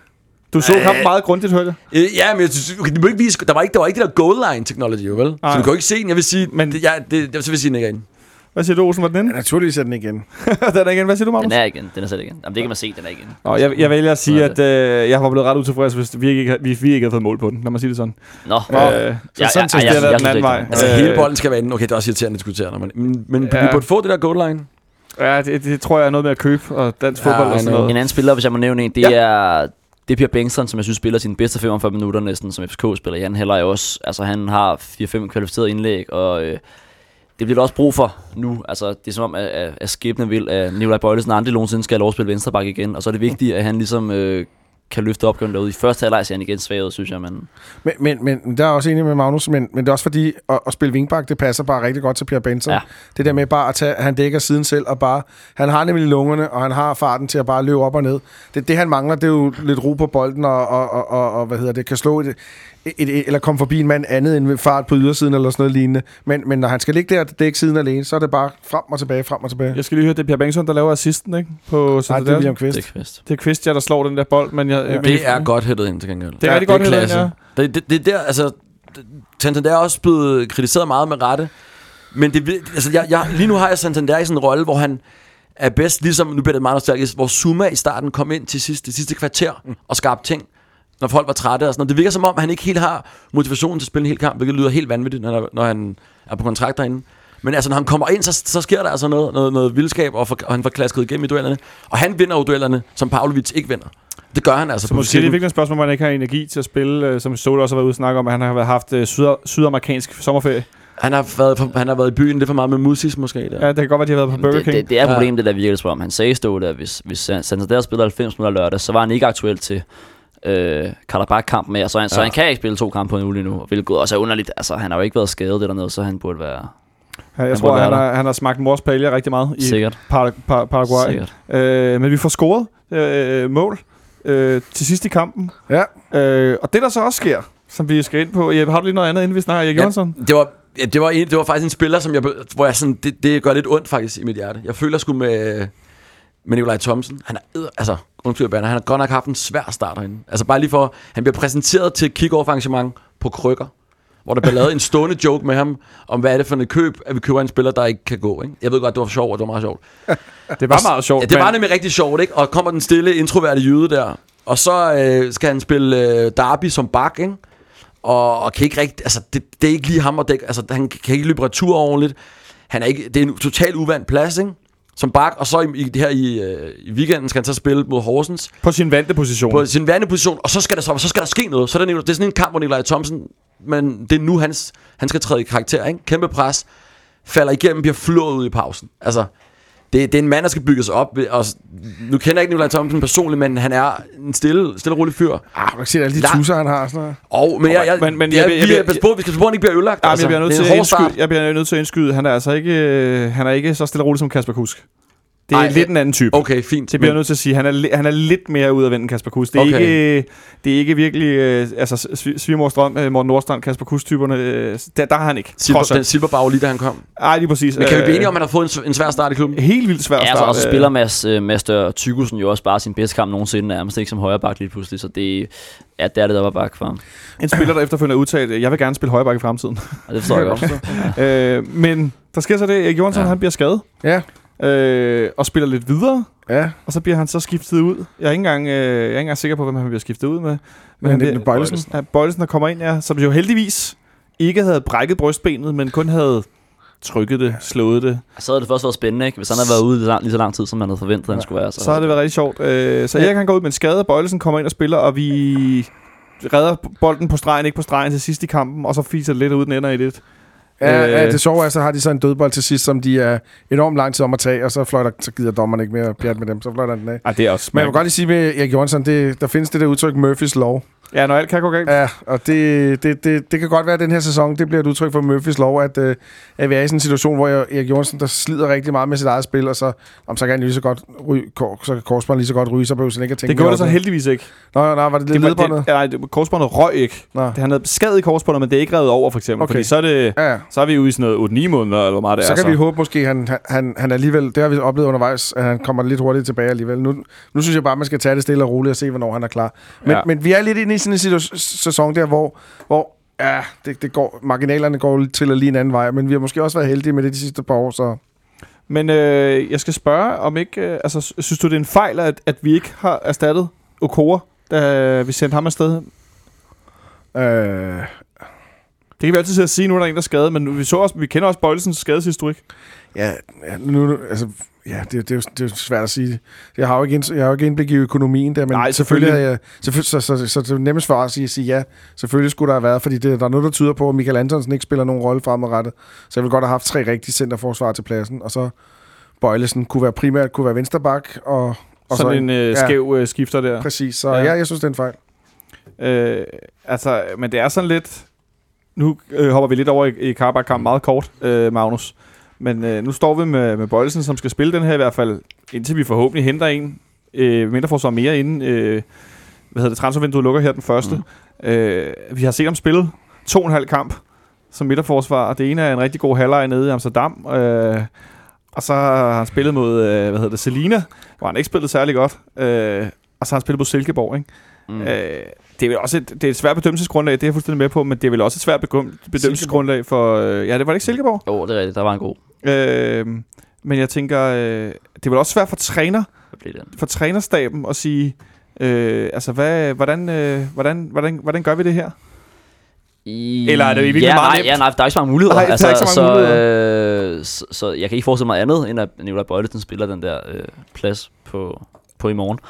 Du så Øh, kampen meget grundigt, hørte jeg. Øh, Ja, men jeg synes, okay, de må ikke vise, der var ikke, der var ikke det der goal line technology, jo, vel? Nej. Så du kan jo ikke se den. Jeg vil sige, Men- men det, jeg, det, det, så vil jeg sige, den ikke er inde. Hvad siger du, Olsen? Var den inde? Ja, naturligvis er den igen. Den er igen. Hvad siger du, Magnus? Den er igen. Den er selv igen. Jamen, det kan man se, den er igen. Nå, jeg, jeg vælger at sige, at øh, jeg var blevet ret utilfreds, hvis vi ikke, vi, vi ikke havde fået mål på den. Lad mig sige det sådan. Nå. Øh, så Ja, sådan ja, set, ja, det jeg- har været jeg den anden synes vej. ikke, Altså, Øh, hele bolden skal være inde. Okay, det er også irriterende at diskutere, men, men, men Ja. vi burde få det der goal line. Ja, det, det tror jeg er noget med at købe, og dansk Ja, fodbold og I sådan know. noget. En anden spiller, hvis jeg må nævne en, det Ja. er... Det er Per Bengtsson, som jeg synes spiller sine bedste femogfyrre minutter næsten, som F C K-spiller. Han heller også. Altså, han har fire fem kvalificerede indlæg, og øh, det bliver der også brug for nu. Altså, det er som om, at, at, at skæbnen vil, at Nikolaj Bøjlesen aldrig nogensinde skal have lov at spille venstreback igen. Og så er det vigtigt, at han ligesom øh, kan løfte opgaven derude. I første halvleg ser han igen svaget, synes jeg. Men... Men, men, men der er også enig med Magnus, men, men det er også fordi, at, at spille wingback, det passer bare rigtig godt til Pierre Benson. Ja. Det der med bare at tage, han dækker siden selv, og bare, han har nemlig lungerne, og han har farten til at bare løbe op og ned. Det, det han mangler, det er jo lidt ro på bolden, og, og, og, og, og hvad hedder det, kan slå et, et, et, eller komme forbi en mand andet end ved fart på ydersiden, eller sådan noget lignende. Men, men når han skal ligge der og dække siden alene, så er det bare frem og tilbage, frem og tilbage. Jeg skal lige høre, det er Per Bengtsson, der laver assisten, ikke? På Nej, det er William Kvist. Det er Kvist. Det er Kvist, ja, der slår den der bold, men jeg... men Det er godt hættet ind til gengæld. Det er rigtig godt hættet ind, klasse. ja. Det, det, det der, altså... Santander er også blevet kritiseret meget med rette. Men det, altså, jeg, jeg, lige nu har jeg Santander i sådan en rolle, hvor han er bedst, ligesom, nu bliver det meget nostalgisk, hvor Zuma i starten kom ind til sidste, det sidste kvarter mm. og skabte ting, når folk var trætte og sådan noget. Det virker som om, han ikke helt har motivationen til at spille en hel kamp, hvilket lyder helt vanvittigt, når, når han er på kontrakt derinde. Men altså, når han kommer ind, så, så sker der altså noget, noget, noget vildskab, og, for, og han får klasket igennem i duellerne. Og han vinder jo duellerne, som Pavlovic ikke vinder. Det gør han altså. Så måske det er virkelig et spørgsmål, om han ikke har energi til at spille, øh, som Sola også har været ude og snakke om, at han har haft øh, syd- sydamerikansk sommerferie. Han har, været, for, han har været i byen lidt for meget med Musis måske. Der. Ja, det kan godt være, at de har været på Burger Det, King. det, det er problemet, det der virker som om. Han sagde stå der, hvis, hvis Santander spiller halvfems minutter lørdag, så var han ikke aktuel til øh, Karabakh-kampen mere. Så han, ja. så han kan ikke spille to kampe på en uge lige nu, hvilket også er underligt. Altså, han har jo ikke været skadet eller noget, så han burde være... Ja, jeg han tror, burde han være har, han har smagt mors paella rigtig meget i Sikkert. Par- Par- Paraguay. Sikkert. Øh, men vi får scoret øh, mål øh, til sidst i kampen. Ja. Øh, og det, der så også sker, som vi skal ind på... Jeppe, har du lige noget andet, inden vi snakker Erik Ja, Johansson? det var ja, det var en, det var faktisk en spiller, som jeg hvor jeg sådan det, det gør lidt ondt faktisk i mit hjerte. Jeg føler sgu med med Nikolaj Thomsen. Han er altså undskyld baner, han har godt nok haft en svær start herinde. Altså bare lige for han bliver præsenteret til kick-off arrangement på krykker, hvor der bliver lavet en stående joke med ham om hvad er det for et køb, at vi køber en spiller der ikke kan gå, ikke? Jeg ved godt det var sjovt, og det var meget sjovt. Det var meget sjovt. Ja, det var nemlig rigtig sjovt, ikke? Og kommer den stille introverte jyde der, og så øh, skal han spille øh, Derby som bak, ikke? Og, og kan ikke rigtig, altså det, det er ikke lige ham og dæk, altså han kan ikke løbe retur ordentligt. Han er ikke, det er en totalt uvandt plads, ikke? Som bak, og så i, i det her i, øh, i weekenden skal han så spille mod Horsens På sin vante position. på sin vante position, og så skal der så, så skal der ske noget. Så er det, det er sådan en kamp hvor Nikolaj Thomsen, men det er nu hans, han skal træde i karakter, ikke? Kæmpe pres, falder igennem, bliver flået ud i pausen. Altså Det, det er en mand, der skal bygges op. Og nu kender jeg ikke Nikolaj Thomsen personligt, men han er en stille, stille og rolig fyr. Ah, man kan se alle de La- tusser, han har. Sådan noget. Og, men jeg, jeg, Men- men det er, jeg- jeg- vi, jeg- pas på, vi skal passe på, at han ikke bliver ødelagt. Ja, altså, jeg bliver nødt det er til en at hård start. indskyde. Jeg bliver nødt til at indskyde. Han er altså ikke, øh, han er ikke så stille og rolig som Kasper Kusk. Det er Ej, lidt en anden type. Okay, fint. Det bliver jeg nødt til at sige. Han er, li- han er lidt mere ud af venden, Kasper Kusk. Det er, Okay. ikke, det er ikke virkelig... Øh, altså, Sv- Svigermors Drøm, øh, Morten Nordstrand, Kasper Kusk-typerne. Øh, der, der har han ikke. Silver, Trods alt. den silberbag lige da han kom. Ej, lige præcis. Men kan vi blive Øh, enige om, at han har fået en, en svær start i klubben? Helt vildt svært Ja, at altså, starte. og så spiller Mads, uh, Master Tygusen jo også bare sin bedste kamp nogensinde, nærmest ikke som højre bak lige pludselig, så det, ja, det er det, der var bak for ham. En spiller, der efterfølgende er udtalt, jeg vil gerne spille højreback i fremtiden. Og det forstår jeg godt. øh, men der sker så det, Erik Johansson, Ja. han bliver skadet. Ja, Øh, og spiller lidt videre. ja. Og så bliver han så skiftet ud. Jeg er ikke engang, øh, jeg er ikke engang sikker på, hvem han bliver skiftet ud med. Men det er bliver- Bøjlesen. Ja, Bøjlesen, der kommer ind, ja. Som jo heldigvis ikke havde brækket brystbenet, men kun havde trykket det, slået det. Så havde det først været spændende, ikke? Hvis han havde været ude lige så lang, lige så lang tid, som man havde forventet, han skulle være. Så, Så har det været rigtig sjovt. Øh, så Erik han går ud med en skade, og Bøjlesen kommer ind og spiller, og vi redder bolden på stregen, ikke på stregen til sidst i kampen, og så fiser det lidt ud, den ender i lidt. Ja, Øh. ja, det sjove er, så har de så en dødbold til sidst, som de er enormt lang tid om at tage, og så, fløjter, så gider dommeren ikke mere pjat med dem, så fløjter den af. Ej, det er også Men jeg vil godt lige sige med Erik Johansson, det, der findes det der udtryk Murphys Law. Ja, når alt kan gå galt. Ja, og det, det, det, det kan godt være, at den her sæson, det bliver et udtryk for Murphys Law, at, øh, at vi er i sådan en situation, hvor Erik Johansson, der slider rigtig meget med sit eget spil, og så, om så kan han lige så godt ryge, kor, så kan korsbånd lige så godt ryge, så behøver han ikke at tænke Det gjorde mere det så over heldigvis ikke. Nå, nej, var det lidt var- ledbåndet? det, nej, det, korsbåndet røg ikke. Nå. Det, han havde skadet i korsbåndet, men det er ikke revet over, for eksempel. Okay. Fordi så er, det, Ja, ja. så er vi ude i sådan noget otte ni måneder, eller hvor meget det Så er. kan vi håbe måske, han, han, han alligevel, det har vi oplevet undervejs, at han kommer lidt hurtigt tilbage alligevel. Nu, nu synes jeg bare, man skal tage det stille og roligt og se, hvornår han er klar. Men, Ja. ja. men vi er lidt inde i sådan en situ- sæson der, hvor, hvor ja, det, det går, marginalerne går til at lige en anden vej, men vi har måske også været heldige med det de sidste par år, så Men øh, jeg skal spørge, om ikke... Øh, altså, synes du, det er en fejl, at, at vi ikke har erstattet Okora, da vi sendte ham afsted? Øh... Det kan vi altid sige, nu er der en, der er skadet, men vi, så også, vi kender også Bøjlesens skadeshistorik. Ja, nu, altså, ja det, det, er jo, det er jo svært at sige. Jeg har jo ikke, ind, jeg har jo ikke indblik i økonomien der, men Nej, selvfølgelig, selvfølgelig, jeg, selvfølgelig så, så, så, så det er nemmest for os at sige, at sige ja. Selvfølgelig skulle der have været, fordi det, der er noget, der tyder på, at Michael Antonsen ikke spiller nogen rolle fremadrettet. Så jeg vil godt have haft tre rigtige centerforsvar til pladsen, og så Bøjlesen kunne være primært, kunne være vensterbak, og, og sådan så en øh, skæv øh, skifter der. Præcis, så ja. ja, jeg synes, det er en fejl. Øh, altså, men det er sådan lidt... Nu øh, hopper vi lidt over i, i Karabakh-kamp meget kort, øh, Magnus. Men øh, nu står vi med, med Bøjlesen, som skal spille den her i hvert fald, indtil vi forhåbentlig henter en øh, midterforsvar mere inden, øh, hvad hedder det, transfervinduet lukker her den første. Mm. Øh, vi har set ham spille to og en halv kamp som midterforsvar, og det ene er en rigtig god halvleg nede i Amsterdam. Øh, og så har han spillet mod, øh, hvad hedder det, Selina, hvor han ikke spillet særlig godt. Øh, og så har han spillet mod Silkeborg, ikke? Mm. Øh, det er vel også et, det er et svært bedømmelsesgrundlag, det er jeg fuldstændig med på, men det er vel også et svært bedømmelsesgrundlag for... Øh, ja, det var det ikke Silkeborg? Jo, det er rigtigt, der var en god. Øh, men jeg tænker, øh, det er vel også svært for træner, for trænerstaben at sige, øh, altså hvad, hvordan, øh, hvordan, hvordan, hvordan gør vi det her? I... Eller er det virkelig ja, meget nej, nemt? Ja, nej, der er ikke så mange muligheder. Nej, der er altså, ikke så mange så, muligheder. Øh, så, så jeg kan ikke forestille mig andet, end at Nikolaj Bøjlesen spiller den der øh, plads på, på i morgen.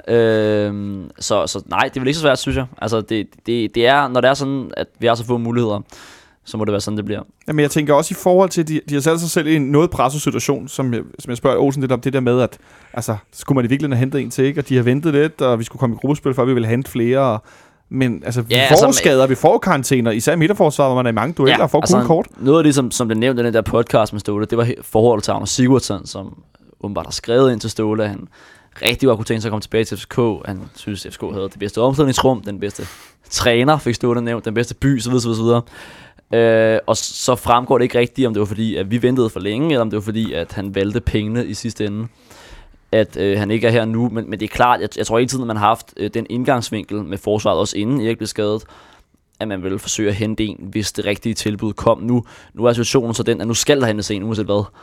Øh, så, så nej, det er vel ikke så svært, synes jeg. Altså, det, det, det er, når det er sådan, at vi har så få muligheder, så må det være sådan, det bliver. Jamen, jeg tænker også i forhold til, de, de har sat sig selv i en noget presset situation, som jeg, som jeg spørger Olsen lidt om, det der med, at altså, skulle man i virkeligheden have hentet en til, ikke? Og de har ventet lidt, og vi skulle komme i gruppespil, før vi ville hente flere, og men altså, vi ja, får altså, skader, vi får karantæner, især i midterforsvaret, hvor man er i mange dueller, ja, og får altså, kun kort. Noget af det, som, som blev nævnt i den der podcast med Ståle, det var forholdet til Agner Sigurdsson, som åbenbart har skrevet ind til Ståle, han rigtig godt kunne tænke sig at komme tilbage til F C K. Han synes, at F C K havde det bedste omklædningsrum, den bedste træner, fik Ståle nævnt, den bedste by, så videre, så videre, så videre. Øh, og så fremgår det ikke rigtigt, om det var fordi, at vi ventede for længe, eller om det var fordi, at han valgte pengene i sidste ende. At øh, han ikke er her nu, men, men det er klart, jeg, jeg tror hele tiden, at man har haft øh, den indgangsvinkel med forsvaret, også inden Erik blev skadet, at man vil forsøge at hente en, hvis det rigtige tilbud kom nu. Nu er situationen så den, at nu skal der hentes en, uanset hvad.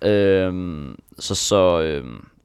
Øh, så så, øh,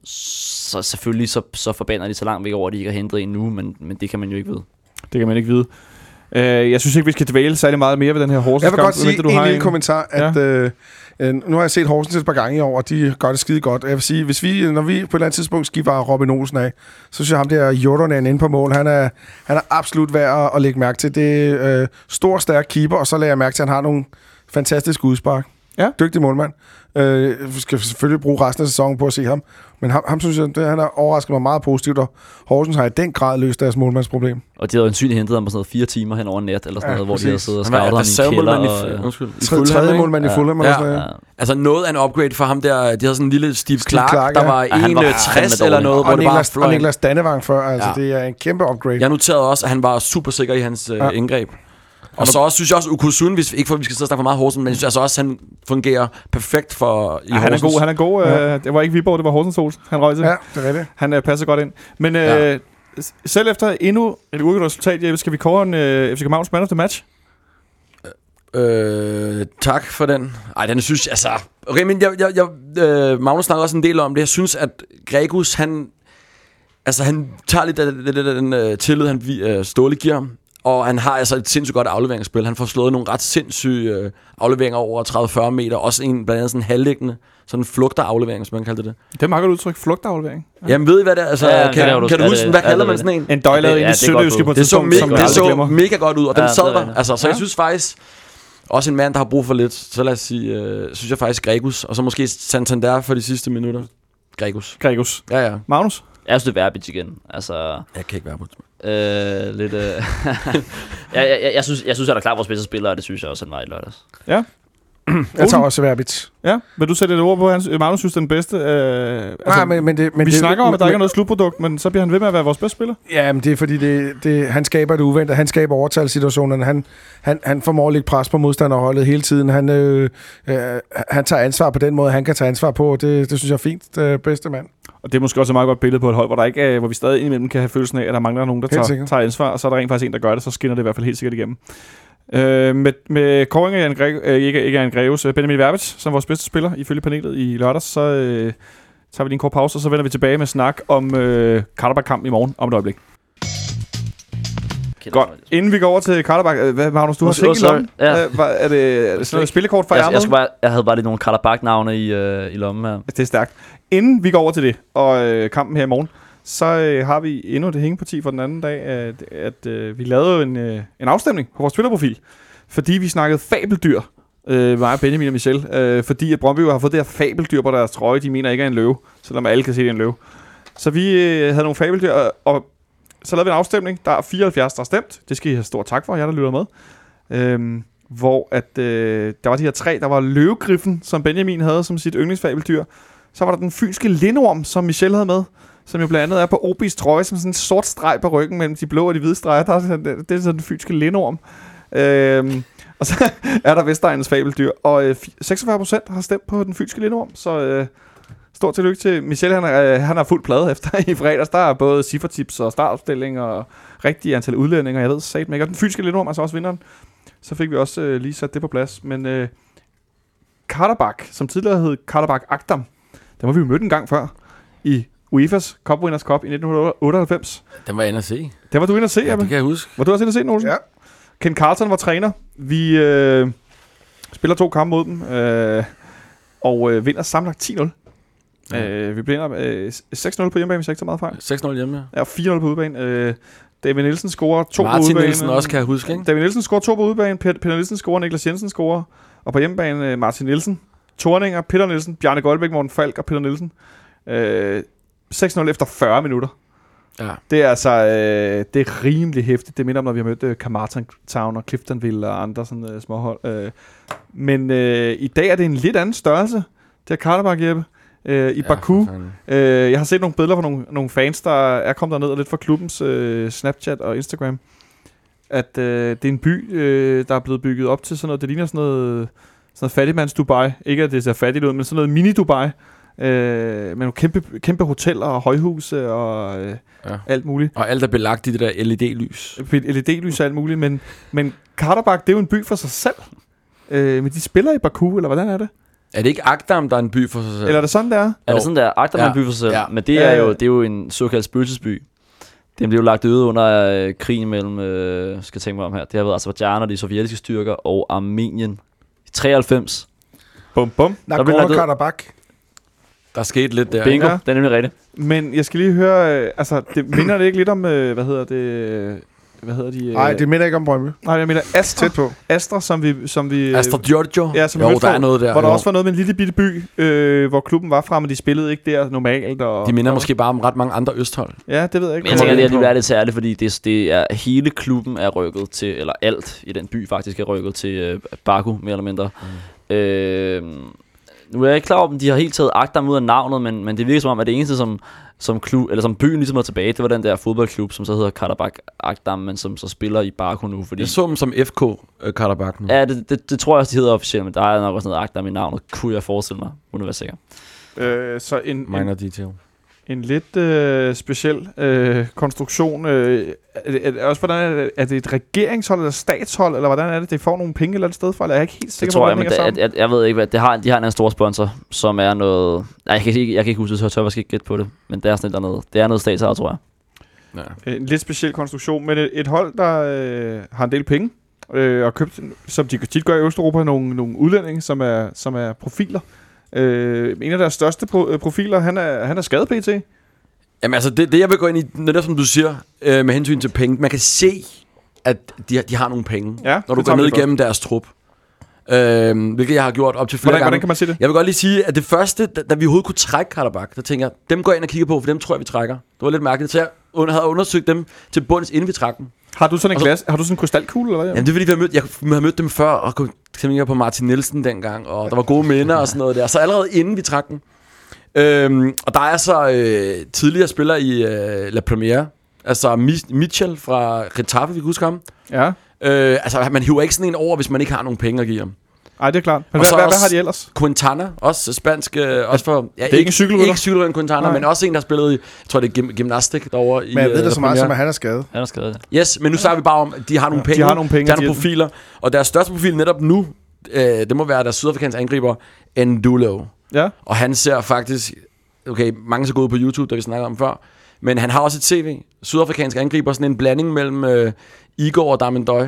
så selvfølgelig så, så forbander de så langt væk over, at de ikke har hentet en nu, men, men det kan man jo ikke vide. Det kan man ikke vide. Uh, jeg synes ikke, vi skal dvæle særlig meget mere ved den her Horsens. Jeg vil godt sige du en har lille en kommentar, at ja. øh, nu har jeg set Horsens et par gange i år, og de gør det skide godt. Jeg vil sige, hvis vi, når vi på et eller andet tidspunkt skifter Robin Olsen af, så synes jeg ham der Jordan inde på mål, han er, han er absolut værd at lægge mærke til. Det er øh, stor, stærk keeper, og så lægger jeg mærke til, at han har nogle fantastiske udspark. Ja. Dygtig målmand. Øh, vi skal selvfølgelig bruge resten af sæsonen på at se ham. Men ham, ham synes jeg, det, han har overrasket mig meget positivt, og Horsens har i den grad løst deres målmandsproblem. Og de havde øjensynligt hentet ham på sådan noget fire timer hen over nat, eller sådan ja, noget, hvor præcis. de havde siddet og scoutet ham i en kælder. Og, i, undskyld, i Fulham, tredje målmand i Fulham. Ja. Ja. Ja. Altså noget af en upgrade for ham der. De havde sådan en lille Steve Clark, Clark der var ja, en tres eller noget, og hvor det bare Niklas, fløj. Og Niklas Dannevang før, altså ja. Det er en kæmpe upgrade. Jeg noterede også, at han var super sikker i hans ja. øh, indgreb. Og så også, synes jeg også, Ukusun, hvis, ikke for, vi skal sidde og snakke for meget Horsens, men jeg synes altså også, han fungerer perfekt for i ja, han er god, han er god. Ja. Øh, det var ikke Viborg, det var Horsens Olsen, han røg til. Ja, det er rigtigt. Han øh, passer godt ind. Men øh, ja. selv efter endnu et uafgjort resultat, Jeppe, skal vi kåre en øh, F C Københavns man of the match? Øh, tak for den. Ej, den synes jeg, altså... Okay, men jeg, jeg, jeg, øh, Magnus snakker også en del om det. Jeg synes, at Gregus, han... Altså, han tager lidt af den, den, den tillid, han øh, Ståle giver ham. Og han har altså et sindssygt godt afleveringsspil. Han får slået nogle ret sindssyge øh, afleveringer over tredive til fyrre meter. Også en blandt andet sådan en halvliggende, sådan en flugteraflevering, som man kalder det. Det er meget godt udtryk, flugteraflevering. Ja. Jamen ved I hvad det er? Altså, ja, kan, kan, kan du huske, hvad kalder man sådan en? En døjladet ja, ind i Sønderjyske på et det så, tidspunkt, me- det så mega godt ud, og den ja, sad der. Altså, så ja. jeg synes faktisk, også en mand, der har brug for lidt, så lad os sige, øh, synes jeg faktisk Gregus, og så måske Santander for de sidste minutter. Gregus. Gregus. Ja, ja. Magnus? Jeg synes, det er Verbic igen. Altså... Jeg kan ikke være på det. Øh, lidt, øh, jeg, jeg, jeg, jeg, synes, jeg synes, at der er klart vores bedste spiller, og det synes jeg også, han var i lørdags. Ja. Jeg tager også Verbic. Ja, vil du sætte et ord på, hans, Magnus synes, den bedste? Øh, altså, Nej, men, men det, men vi det, snakker om, at der men, ikke er noget slutprodukt, men så bliver han ved med at være vores bedste spiller. Ja, men det er fordi, det, det, han skaber det uventede. Han skaber overtalssituationerne. Han, han, han formår at lægge pres på modstanderholdet hele tiden. Han, øh, øh, han tager ansvar på den måde, han kan tage ansvar på. Det, det synes jeg er fint. Det bedste mand. Og det er måske også et meget godt billede på et hold, hvor, der ikke er, hvor vi stadig indimellem kan have følelsen af, at der mangler nogen, der tager, tager ansvar, og så er der rent faktisk en, der gør det, så skinner det i hvert fald helt sikkert igennem. Øh, med, med kåring af Jan Gre- øh, ikke, ikke Jan Greves, øh, Benjamin Verbitz, som vores bedste spiller ifølge panelet i lørdags, så øh, tager vi lige en kort pause, og så vender vi tilbage med snak om øh, Karlsbach-kampen i morgen om et øjeblik. Godt. Inden vi går over til Karlsbach, øh, hvad Magnus, du har set i lommen? Ja. Øh, er, det, er det sådan noget spillekort for jeg, jer? jeg, bare, jeg havde bare lige nogle Karlsbach-navne i, øh, i lommen her. Det er stærkt. Inden vi går over til det, og øh, kampen her i morgen, så øh, har vi endnu et hængeparti for den anden dag, at, at øh, vi lavede en, øh, en afstemning på vores Twitter-profil, fordi vi snakkede fabeldyr, øh, mig, Benjamin og Michel, øh, fordi at Brøndby har fået det her fabeldyr på deres trøje, de mener ikke er en løve, selvom alle kan se, det er en løve. Så vi øh, havde nogle fabeldyr, og, og så lavede vi en afstemning. Der er fireoghalvfjerds, der har stemt. Det skal I have stor tak for, jer der lytter med. Øhm, hvor at, øh, der var de her tre. Der var løvegriffen, som Benjamin havde som sit yndlingsfabeldyr. Så var der den fynske lindorm, som Michel havde med, som jo blandt andet er på O B's trøje, som sådan en sort streg på ryggen mellem de blå og de hvide streger. Der er sådan, det, det er sådan den fynske lindorm. Øhm, og så er der Vestegnens fabeldyr. Og øh, seksogfyrre procent har stemt på den fynske lindorm, så øh, stort tillykke til Michel. Han er, han er fuld plade efter i fredags. Der er både ciffertips og startopstilling og rigtige antal udlændinger. Jeg ved sagt mig ikke. Og den fynske lindorm er så også vinderen. Så fik vi også øh, lige sat det på plads. Men øh, Karlsbach, som tidligere hed Karlsbach Agdam, den har vi jo mødt en gang før i U E F A's Cup Winners' Cup i nitten otteoghalvfems. Den var jeg inde at se. Den var du inde at se, Ja, det kan jeg huske. Var du også inde at se den, Olsen? Ja. Ken Carlton var træner. Vi øh, spiller to kampe mod dem, øh, og øh, vinder sammenlagt ti nul. Ja. Øh, vi bliver øh, seks nul på hjemmebane, hvis jeg ikke så meget fejl. seks nul hjemme, ja. Ja, fire nul på udebane. Øh, David Nielsen scorer to Martin på udebane. Nielsen også, kan jeg huske, ikke? David Nielsen scorer to på udebane. Peter, Peter Nielsen scorer, Niklas Jensen scorer. Og på hjemmebane øh, Martin Nielsen, Thorninger, Peter Nielsen, Bjarne Goldbæk, Morten Falk og Peter Nielsen. Øh, seks nul efter fyrre minutter. Ja. Det er altså øh, det er rimelig hæftigt. Det minder om, når vi har mødt øh, Carmarthen Town og Cliftonville og andre sådan øh, småhold. Øh. Men øh, i dag er det en lidt anden størrelse. Det er Karlsbach, Jeppe. Øh, I ja, Baku. Øh, jeg har set nogle billeder fra nogle, nogle fans, der er kommet derned og lidt fra klubbens øh, Snapchat og Instagram. At øh, det er en by, øh, der er blevet bygget op til sådan noget. Det ligner sådan noget, sådan noget fattigmands Dubai. Ikke at det ser fattigt ud, men sådan noget mini Dubai. Øh, med nogle kæmpe, kæmpe hoteller og højhuse og øh, ja. alt muligt. Og alt er belagt i det der L E D-lys. L E D-lys og alt muligt. Men, men Karlsbach, det er jo en by for sig selv. Øh, men de spiller i Baku, eller hvordan er det? Er det ikke Agdam, der er en by for sig selv? Eller er det sådan, det er? Er det sådan, der er Agdam, ja. en by for sig selv? Ja. Men det er, jo, det er jo en såkaldt spøgelsesby. Den blev jo lagt øde under øh, krigen mellem, øh, skal jeg tænke mig om her, det har været Aserbajdsjan og de sovjetiske styrker og Armenien i treoghalvfems. Bum, bum. Nagorno-Karabakh. Der skete lidt der. Bingo, Ja. det er nemlig rigtigt. Men jeg skal lige høre, øh, altså, det minder det ikke lidt om, øh, hvad hedder det, øh, hvad hedder de? Øh, Nej, det minder ikke om Brøndby. Nej, jeg mener Astra. Tæt på. Astra, som vi... Som vi øh, Astra Giorgio? Ja, som jo, vi mødte der for, er noget der. hvor der jo. også var noget med en lille bitte by, øh, hvor klubben var fra, men de spillede ikke der normalt. Og, De minder og, måske bare om ret mange andre østhold. Ja, det ved jeg ikke. Men jeg tænker, det er alligevel lidt særligt, fordi det, det er, hele klubben er rykket til, eller alt i den by faktisk er rykket til øh, Baku, mere eller mindre. Mm. Øh, nu er jeg ikke klar over, om de har helt taget Agdam ud af navnet, men, men det virker som om, at det eneste, som, som, klub, eller som byen ligesom er tilbage, det var den der fodboldklub, som så hedder Karlsbach Agdam, men som så spiller i Baku nu. Fordi Jeg så dem som F K uh, Karlsbach nu. ja, det, det, det tror jeg også, de hedder officielt, men der er nok også noget Agdam i navnet, kunne jeg forestille mig, uden at være sikker. Øh, så en, en, Minor detail. en lidt øh, speciel øh, konstruktion. Øh, er, det, er, det også, hvordan er, det, er det et regeringshold eller statshold, eller hvordan er det, det får nogle penge et eller andet sted fra? Eller jeg er ikke helt Det sikker tror på, jeg, hvordan men det hænger det, sammen. jeg, jeg ved ikke, hvad det har. De har en anden stor sponsor, som er noget. Nej, jeg kan ikke, jeg kan ikke huske det, så jeg tør faktisk ikke gætte på det. Men det er sådan et eller andet. Det er noget statsejet, tror jeg. Ja. En lidt speciel konstruktion, men et, et hold, der øh, har en del penge, øh, og købt, som de tit gør i Østeuropa, nogle, nogle udlændinge, som er, som er profiler. Øh, en af deres største pro- profiler, han er, han er skadet P T. Jamen altså, det, det jeg vil gå ind i, det der som du siger, øh, med hensyn til penge, man kan se, at de, de har nogle penge, Ja, når du det går tager vi ned for. igennem deres trup. Øh, hvilket jeg har gjort op til flere Hvordan, gange. hvordan kan man se det? Jeg vil godt lige sige, at det første, da, da vi overhovedet kunne trække Karlsbach, der tænker jeg, dem går jeg ind og kigger på, for dem tror jeg, vi trækker. Det var lidt mærkeligt, så jeg under, havde undersøgt dem til bunds, inden vi trak dem. Har du sådan en Og så- glas? Har du sådan en krystalkugle, eller hvad? Jamen det er fordi, vi har mødt, jeg havde mødt dem før, og kom tænker på Martin Nielsen dengang, og der var gode minder og sådan noget der. Så allerede inden vi trak den. Øhm, og der er så øh, tidligere spillere i øh, La Première, altså Mi- Mitchell fra Getafe, vi kan huske ham. Ja. Øh, altså man hiver ikke sådan en over, hvis man ikke har nogen penge at give ham. Nej, det er klart. Men Og hvad, så hvad, også hvad har de ellers? Quintana, også spansk, øh, også for... Ja, det er ikke en cykelrytter? Ikke cykelrytter Quintana, Nej. men også en, der spillede i, jeg tror det er gym- gymnastik derovre i... Men jeg ved øh, da så meget Premier. som, at han er skadet. Han er skadet. Yes, men nu snakker vi bare om, at de har nogle Ja, de penge. har nogle penge, de har de nogle har- profiler. Og deres største profil netop nu, øh, det må være deres sydafrikanske angriber, Ndulo. Ja. Og han ser faktisk... Okay, mange så gode på YouTube, der vi snakker om før. Men han har også et C V. Sydafrikansk angriber, sådan en blanding mellem øh, Igor og Damendøj.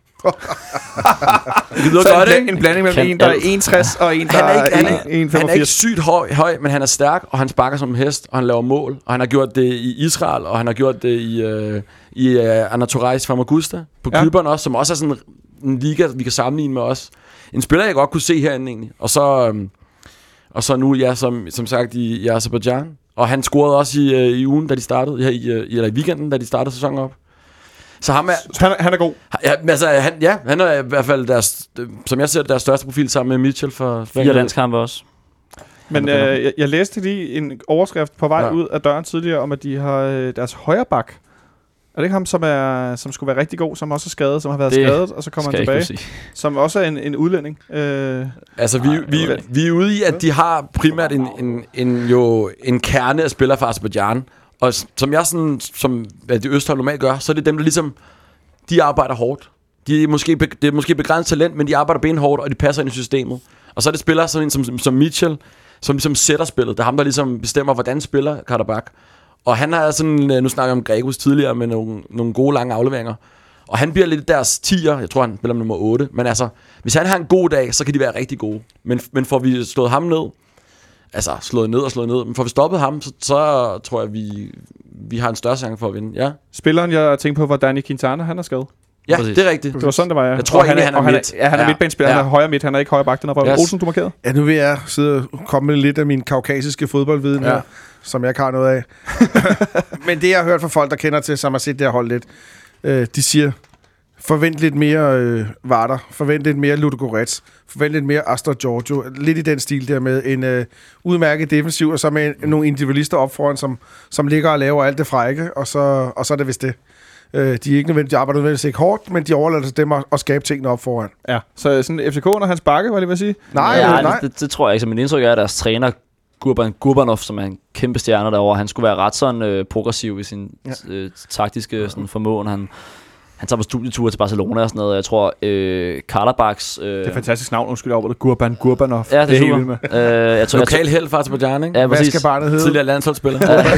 Det lyder Så godt, en, ikke? en blanding mellem Kan en, der er alt. enogtres og en, der Han er ikke, han er, er han er ikke femogfirs. sygt høj, høj, men han er stærk, og han sparker som en hest, og han laver mål. Og han har gjort det i Israel, og han har gjort det i, øh, i øh, Anatorais Famagusta på Ja. Cypern også, som også er sådan en liga, vi kan sammenligne med os. En spiller, jeg godt kunne se herinde egentlig. Og så, øh, og så nu, ja, som, som sagt, i, i Azerbaijan. Og han scorede også i, øh, i ugen, da de startede, ja, i, øh, eller i weekenden, da de startede sæsonen op. Så ham er, Han, er- han er god. ja, men altså, han, ja, han er i hvert fald deres, øh, som jeg ser det, deres største profil sammen med Mitchell for Fire landskampe også. Men Han er øh, jeg, jeg læste lige en overskrift på vej Ja. ja. ud af døren tidligere, om at de har øh, deres højre bak. Er det ikke ham, som, er, som skulle være rigtig god, som også er skadet, som har været Det skadet, og så kommer Skal han jeg ikke tilbage? kunne sige. Som også er en, en udlænding. Øh, Altså, vi, vi, vi er ude i, at de har primært en, en, en, jo, en kerne af spillere fra Azerbaijan. Og s- som jeg sådan, som hvad de østhold normalt gør, så er det dem, der ligesom, de arbejder hårdt. De er måske, be- det er måske begrænset talent, men de arbejder benhårdt, og de passer ind i systemet. Og så er det spillere som, en som, som Mitchell, som ligesom sætter spillet. Det er ham, der ligesom bestemmer, hvordan spiller Karabakh. Og han har sådan, øh, nu snakker jeg om Gregos tidligere, med nogle, nogle gode lange afleveringer. Og han bliver lidt deres tier. Jeg tror, han spiller med nummer otte. Men altså, hvis han har en god dag, så kan de være rigtig gode. Men, men får vi slået ham ned, altså slået ned og slået ned, men får vi stoppet ham, så, så tror jeg, vi, vi har en større chance for at vinde. Ja, spilleren, jeg tænkte på, var Danny Quintana, han er skadet. ja Præcis. det er rigtigt. Det var sådan, det var, ja. Jeg tror Og egentlig, han er og midt. Ja, han er Ja. midtbanespiller, Ja. han er højre midt, han er ikke højre bak. Den er Yes. Olsen, du markeret. Ja, nu vil jeg sidde og komme med lidt af min kaukasiske fodboldviden Ja. her, som jeg ikke har noget af. Men det, jeg har hørt fra folk, der kender til, som har set det her hold lidt, øh, de siger, forvent lidt mere øh, Varder, forvent lidt mere Ludogorets, forvent lidt mere Astor Giorgio, lidt i den stil der med en øh, udmærket defensiv, og så med en, nogle individualister op foran, som, som ligger og laver alt det frække, og så, og så er det vist det. Øh, de er ikke nødvendigt, de arbejder nødvendigvis ikke hårdt, men de overlader til dem at, at skabe tingene op foran. Ja, så sådan F C K under hans bakke, hvad det vil sige? Nej, ja, nej. Det, det, det tror jeg ikke. Så mit indtryk er, at deres træner, Gurban Gurbanov, som er en kæmpe stjerne derovre, han skulle være ret sådan øh, progressiv i sin Ja. øh, taktiske sådan, formåen. Han, han tager på studieture til Barcelona og sådan noget. Jeg tror, øh, Karabaks... Øh, Det er et fantastisk navn, undskyld, over det. Gurban Gurbanov. Ja, det er, helt super. vildt med. Øh, jeg tror, Lokal held fra Azerbaijan, ikke? Ja, Hvad præcis. skal barnet hedde? Tidligere landsholdsspiller.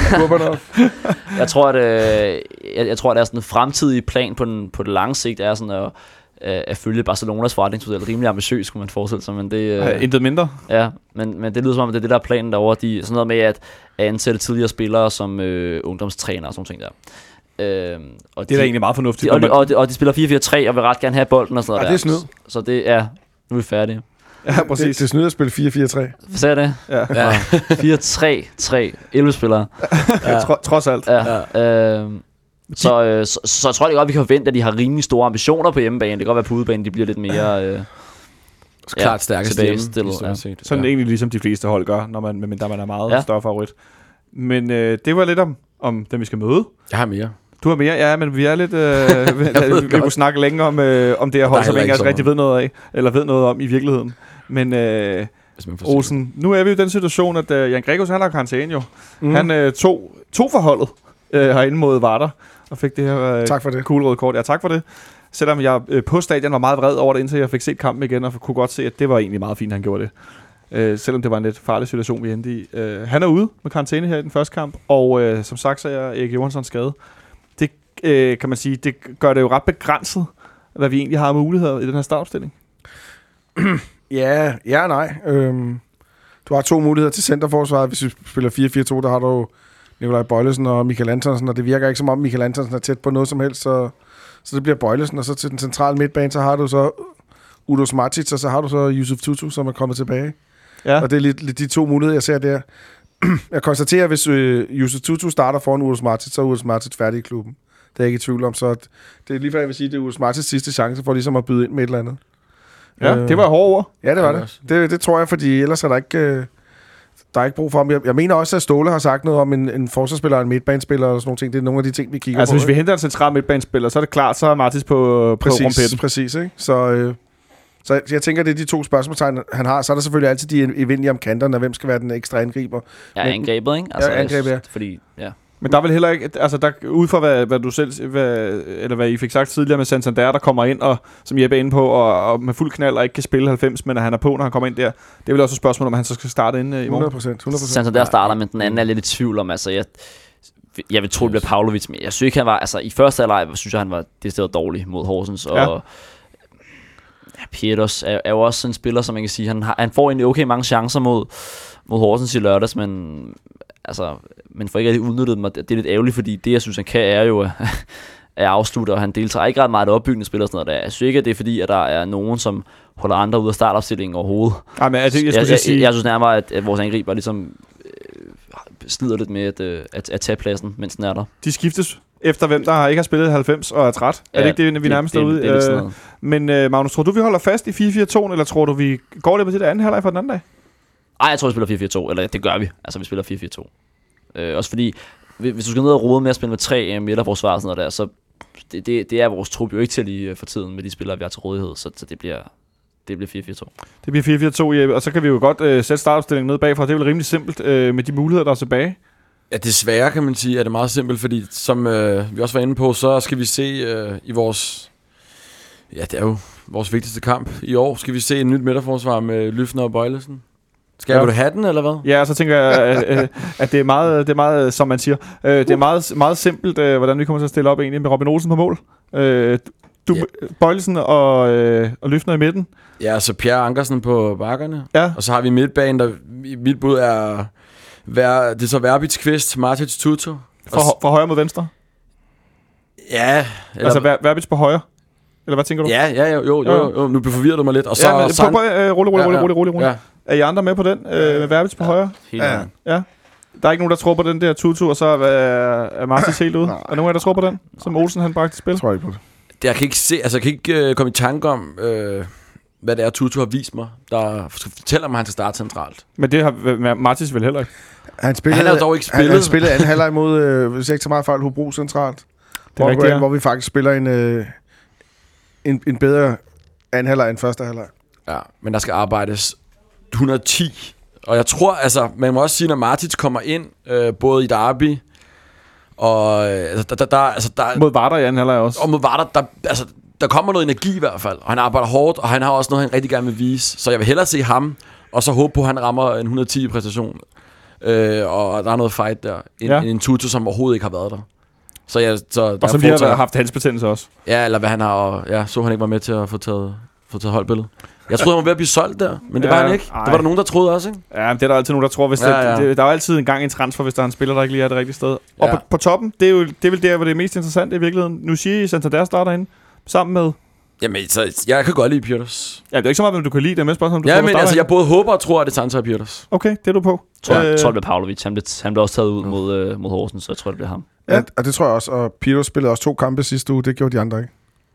Jeg tror, at, øh, jeg, jeg tror, at der er sådan en fremtidig plan på, den, på det lange sigt, er sådan at, øh, at følge Barcelonas forretningsmodel. Rimelig ambitiøs, kunne man forestille sig, men det... Øh, Øh, intet mindre. Ja, men, men det lyder som om, det er det, der er planen derovre. De, sådan noget med at, at ansætte tidligere spillere som øh, ungdomstræner og sådan ting der. Øh, og Det er da egentlig meget fornuftigt. de, og, når de, man- og, de, og de spiller fire fire tre og vil ret gerne have bolden og sådan noget Ah, det er der. snyd. Så, så det er... Nu er vi færdige. Ja, Det, præcis. det er snyd at spille fire fire tre. Hvad sagde jeg det? Ja. Ja. fire tre tre elleve spillere. Ja. Tro, trods alt. Ja. ja. Øh, så, øh, så, så jeg tror det godt, vi kan forvente, at de har rimelig store ambitioner på hjemmebane. Det kan godt være på udebane, de bliver lidt mere... Øh, Klart stærkest hjemme. tilbagestillet, ja. Ja. Sådan ja. Egentlig ligesom de fleste hold gør, når man, medmindre man er meget Ja. ja. større favorit. Men øh, det var lidt om, om dem, vi skal møde. Jeg har mere. Du har mere, ja, men vi er lidt... Øh, vi, vi, vi godt. kunne snakke længere om, øh, om det her Der er hold, som heller ikke ikke altså så rigtig ved noget af, eller ved noget om i virkeligheden. Men øh, Hvis man får set Olsen, nu er vi i den situation, at øh, Jan Gregos, han har karantæne jo. Mm. Mm. Han øh, tog to forholdet øh, herinde mod Varder, og fik det her øh, Tak for det. cool røde kort. Ja, tak for det. Selvom jeg øh, på stadion var meget vred over det, indtil jeg fik set kampen igen, og kunne godt se, at det var egentlig meget fint, han gjorde det. Øh, selvom det var en lidt farlig situation, vi endte i. Øh, han er ude med karantæne her i den første kamp, og øh, som sagt, så er Erik Johansson skadet. Det øh, kan man sige, det gør det jo ret begrænset, hvad vi egentlig har af muligheder i den her startopstilling. Ja, ja og nej. Øhm, du har to muligheder til centerforsvaret. Hvis vi spiller fire fire to, der har du Nikolaj Bøjlesen og Michael Antonsen, og det virker ikke som om Michael Antonsen er tæt på noget som helst, så, så det bliver Bøjlesen, og så til den centrale midtbane, så har du så Udo Smatic, og så har du så Yusuf Tutu, som er kommet tilbage. Ja. Og det er lidt, lidt de to muligheder, jeg ser der. Jeg konstaterer, at hvis øh, Yusuf Tutu starter foran Udo Smatic, så er Udo Smatic færdig i klubben. Det er jeg ikke i tvivl om, så det er lige før, jeg vil sige, at det er Udo Smatic sidste chance for ligesom at byde ind med et eller andet. Ja, Øh, det var hårde ord. Ja, det var Ja, det. Det, det tror jeg, fordi ellers er der ikke, øh, der er ikke brug for ham. Jeg, jeg mener også, at Ståle har sagt noget om en, en forsvarsspiller og en midtbanespiller og sådan nogle ting. Det er nogle af de ting, vi kigger Altså, på. hvis vi henter en central midtbanespiller, så er det klart, så er Martis på, på præcis, rumpetten. præcis, ikke? Så, øh, Så jeg tænker, det er de to spørgsmålstegn, han har. Så er der selvfølgelig altid de evindelige om kanterne, og hvem skal være den ekstra angriber. Ja, Men- angrebet, ikke? Altså, Ja, angrebet, ja. Fordi, ja. Men der er vel heller ikke, altså der, ud fra hvad, hvad du selv, hvad, eller hvad I fik sagt tidligere med Santander, der kommer ind, og som Jeppe er inde på, og, og med fuld knald og ikke kan spille halvfems, men at han er på, når han kommer ind der. Det er vel også et spørgsmål, om han så skal starte inde i morgen. hundrede procent. hundrede procent. Santander starter, men den anden er lidt i tvivl om, altså jeg, jeg vil tro, det bliver Pavlovic, men jeg synes ikke, han var, altså i første halvleg synes jeg, han var det sted dårlig mod Horsens, og Ja. ja, Pieters er, er jo også en spiller, som man kan sige, han, har, han får egentlig okay mange chancer mod, mod Horsens i lørdags, men altså, men får ikke rigtig udnyttet dem, og det er lidt ærgerligt, fordi det, jeg synes, han kan, er jo at afslutte, og han deltager ikke ret meget i opbyggende spil og sådan noget der. Jeg synes ikke, at det er fordi, at der er nogen, som holder andre ud af startopstillingen overhovedet. Ej, men altså, jeg, Jeg, skulle jeg, jeg, jeg, sige, jeg synes nærmere, at, at vores angriber ligesom øh, slider lidt med at, øh, at, at tage pladsen, mens den er der. de skiftes efter hvem, der har ikke har spillet halvfems og er træt. Ja, er det ikke det, vi nærmest det, er ude? det, det er lidt sådan Øh, noget. Men øh, Magnus, tror du, vi holder fast i fire fire to, eller tror du, vi går lidt på det der anden halvleg for den anden dag? Ej, jeg tror, vi spiller fire fire to, eller det gør vi. Altså, vi spiller fire fire to. Øh, også fordi, hvis du skal ned og rode med at spille med tre øh, midterforsvar og sådan noget der, så det, det, det er vores trup jo ikke til lige øh, for tiden med de spillere, vi har til rådighed, så, så det bliver det bliver fire fire to. Det bliver fire fire to, Jeppe, og så kan vi jo godt øh, sætte startopstillingen ned bagfra. Det er vel rimelig simpelt øh, med de muligheder, der er tilbage. Ja, desværre kan man sige, at det er meget simpelt, fordi som øh, vi også var inde på, så skal vi se øh, i vores, ja, det er jo vores vigtigste kamp i år, skal vi se et nyt midterforsvar med Løfner og Bøjlesen. Skal Ja. jeg, vil du have den, eller hvad? Ja, og så tænker jeg, at, øh, at det er meget, det er meget, som man siger, øh, det er meget, meget simpelt, øh, hvordan vi kommer til at stille op egentlig med Robin Olsen på mål. Øh, du, Ja. Bøjlesen og, øh, og Løfner i midten. Ja, så Pierre Ankersen på bakkerne. Ja. Og så har vi midtbanen, der i mit bud er, Ver, det er så Verbitz Kvist, Martins Tutu. Fra, fra højre mod venstre. Ja, eller, Altså Ver- Verbitz på højre. Eller hvad tænker du? ja, ja, jo, jo, jo, jo, jo, nu forvirrer du mig lidt. Og så Ja, men, Sand- prøv, prøv, øh, rulle, rulle, rulle, rulle, rulle, rulle. Ja. Er I andre med på den? Øh, med Verbitz på højre? Helt Ja. ja. Ja. Der er ikke nogen, der tror på den der Tutu, og så er, er Martins helt ude. Er der nogen af jer, der tror på den? Som Olsen han bragte i spil? Jeg tror ikke på det. Det, jeg kan ikke se, altså jeg kan ikke øh, komme i tanke om, øh, hvad det er, Tutu har vist mig, der fortæller mig, at han skal starte centralt. Men det har Martins vel heller ikke. Han, spillede, Han har jo dog ikke Han, han spillet. spillede anden halvleg mod, øh, hvis jeg ikke så meget fejl, Hobro centralt. Det er Hvor, rigtigt, ja. hvor vi faktisk spiller en, øh, en, en bedre anden halvleg end første halvleg. Ja, men der skal arbejdes et hundrede og ti. Og jeg tror, altså, man må også sige, når Martins kommer ind, øh, både i Derby, og øh, altså, der, der, der, altså, der, Mod Varder i anden halvleg også. og mod Varder, der, altså, der kommer noget energi i hvert fald. Og han arbejder hårdt, og han har også noget, han rigtig gerne vil vise. Så jeg vil hellere se ham, og så håbe på, at han rammer en et hundrede og ti i præstation. Øh, og der er noget fight der, end, Ja. ja. en Tutu, som overhovedet ikke har været der. Så jeg, så der Og som er lige har foretaget- haft halsbetændelse også. Ja, eller hvad han har, og ja, så han ikke var med til at få taget, få taget holdbilledet. Jeg troede, han var ved at blive solgt der, men det Ja, var han ikke. ej. Det var der nogen, der troede også, ikke? Ja, men det er der altid nogen, der tror. Hvis Ja, det, ja. det, der er jo altid en gang en transfer, hvis der er en spiller, der ikke lige er det rigtige sted. Og Ja. på, på toppen, det er jo det er vel der, hvor det er mest interessant i virkeligheden. Nu siger I, Santander starter inde sammen med... Jamen, så jeg kan godt lide Pieters. Ja, det er ikke så meget, hvem du kan lide. Det er mest spørgsmål, om du Ja, tror, men starter altså, inde. jeg både håber og tror, at det er Santa Pieters. Okay, det er du på. tolv, Øh, tolv blev Pavlovic. Han blev, han blev også taget ud mod, øh, mod Horsens, så jeg tror, det bliver ham. Ja. Ja, og det tror jeg også. Og Peter spillede også to kampe sidste uge. Det gjorde de andre ikke.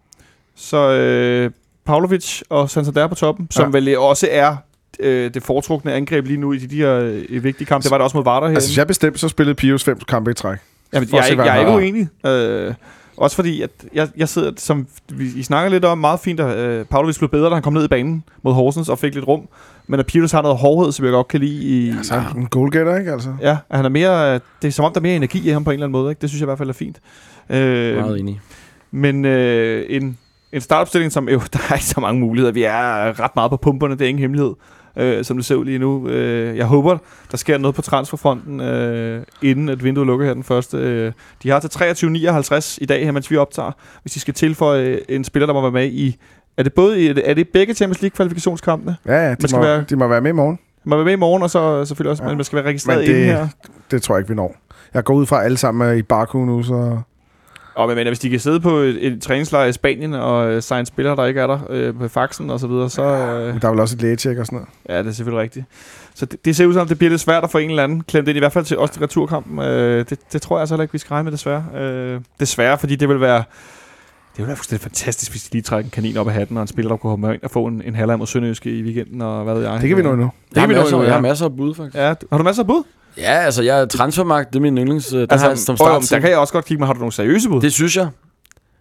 Så øh, Pavlovic og Santander på toppen, som Ja. vel også er øh, det foretrukne angreb lige nu i de, de her øh, vigtige kampe. Det var det også mod Varder her. Altså, hvis jeg bestemte, så spillede Pius fem kampe i træk. Jamen, for jeg, at er se, ikke, hvad jeg er han ikke har. uenig. Øh, også fordi, at jeg, jeg sidder, som vi, I snakker lidt om, meget fint, at øh, Pavlovic blev bedre, da han kom ned i banen mod Horsens og fik lidt rum. Men at Pius har noget hårdhed, som jeg godt kan lide i... Altså, ja. En goalgetter, ikke? Altså. Ja, at han er mere... Det er som om, der er mere energi i ham på en eller anden måde. Ikke? Det synes jeg i hvert fald er fint. Øh, Meget enig. Men øh, en, en startopstilling, som jo, der er ikke så mange muligheder. Vi er ret meget på pumperne, det er ingen hemmelighed, øh, som det ser ud lige nu. Øh, jeg håber, der sker noget på transferfronten, øh, inden at vinduet lukker her den første. Øh, de har til treogtyve nioghalvtreds i dag, her, mens vi optager, hvis de skal tilføje en spiller, der må være med i... Er det både i, er det begge Champions League-kvalifikationskampene? Ja, ja, Man de skal må, være- de må være med i morgen. Man må være med i morgen, og så selvfølgelig også, ja. Ja. Men man skal være registreret Men det- inden her. Det tror jeg ikke, vi når. Jeg går ud fra, at alle sammen er i Baku nu, så... Og men, men hvis de kan sidde på et, et træningslejr i Spanien og øh, signe spillere, der ikke er der øh, på faxen og så videre, så... Øh, Der er vel også et lægetjek og sådan noget. Ja, det er selvfølgelig rigtigt. Så det, det ser ud som, det bliver lidt svært at få en eller anden klemt ind, i hvert fald til også til returkampen. Øh, det, det tror jeg altså heller ikke, vi skal regne med, desværre. Øh, desværre, fordi det vil være... Det ville være fuldstændig fantastisk, hvis de lige trækker en kanin op af hatten, og en spiller, der kunne komme ind og få en, en halvleg mod Sønderjyske i weekenden, og hvad ved jeg. Det kan vi nå endnu. Jeg Det har, kan vi nå masser, endnu, jeg har ja. masser af bud, faktisk. Ja, du- har du masser af bud? Ja, altså, jeg er transfermarkt, det er min yndlings... Øh, der Altså, har, som åh, jo, men start der kan jeg også godt kigge med, har du nogle seriøse bud? Det synes jeg.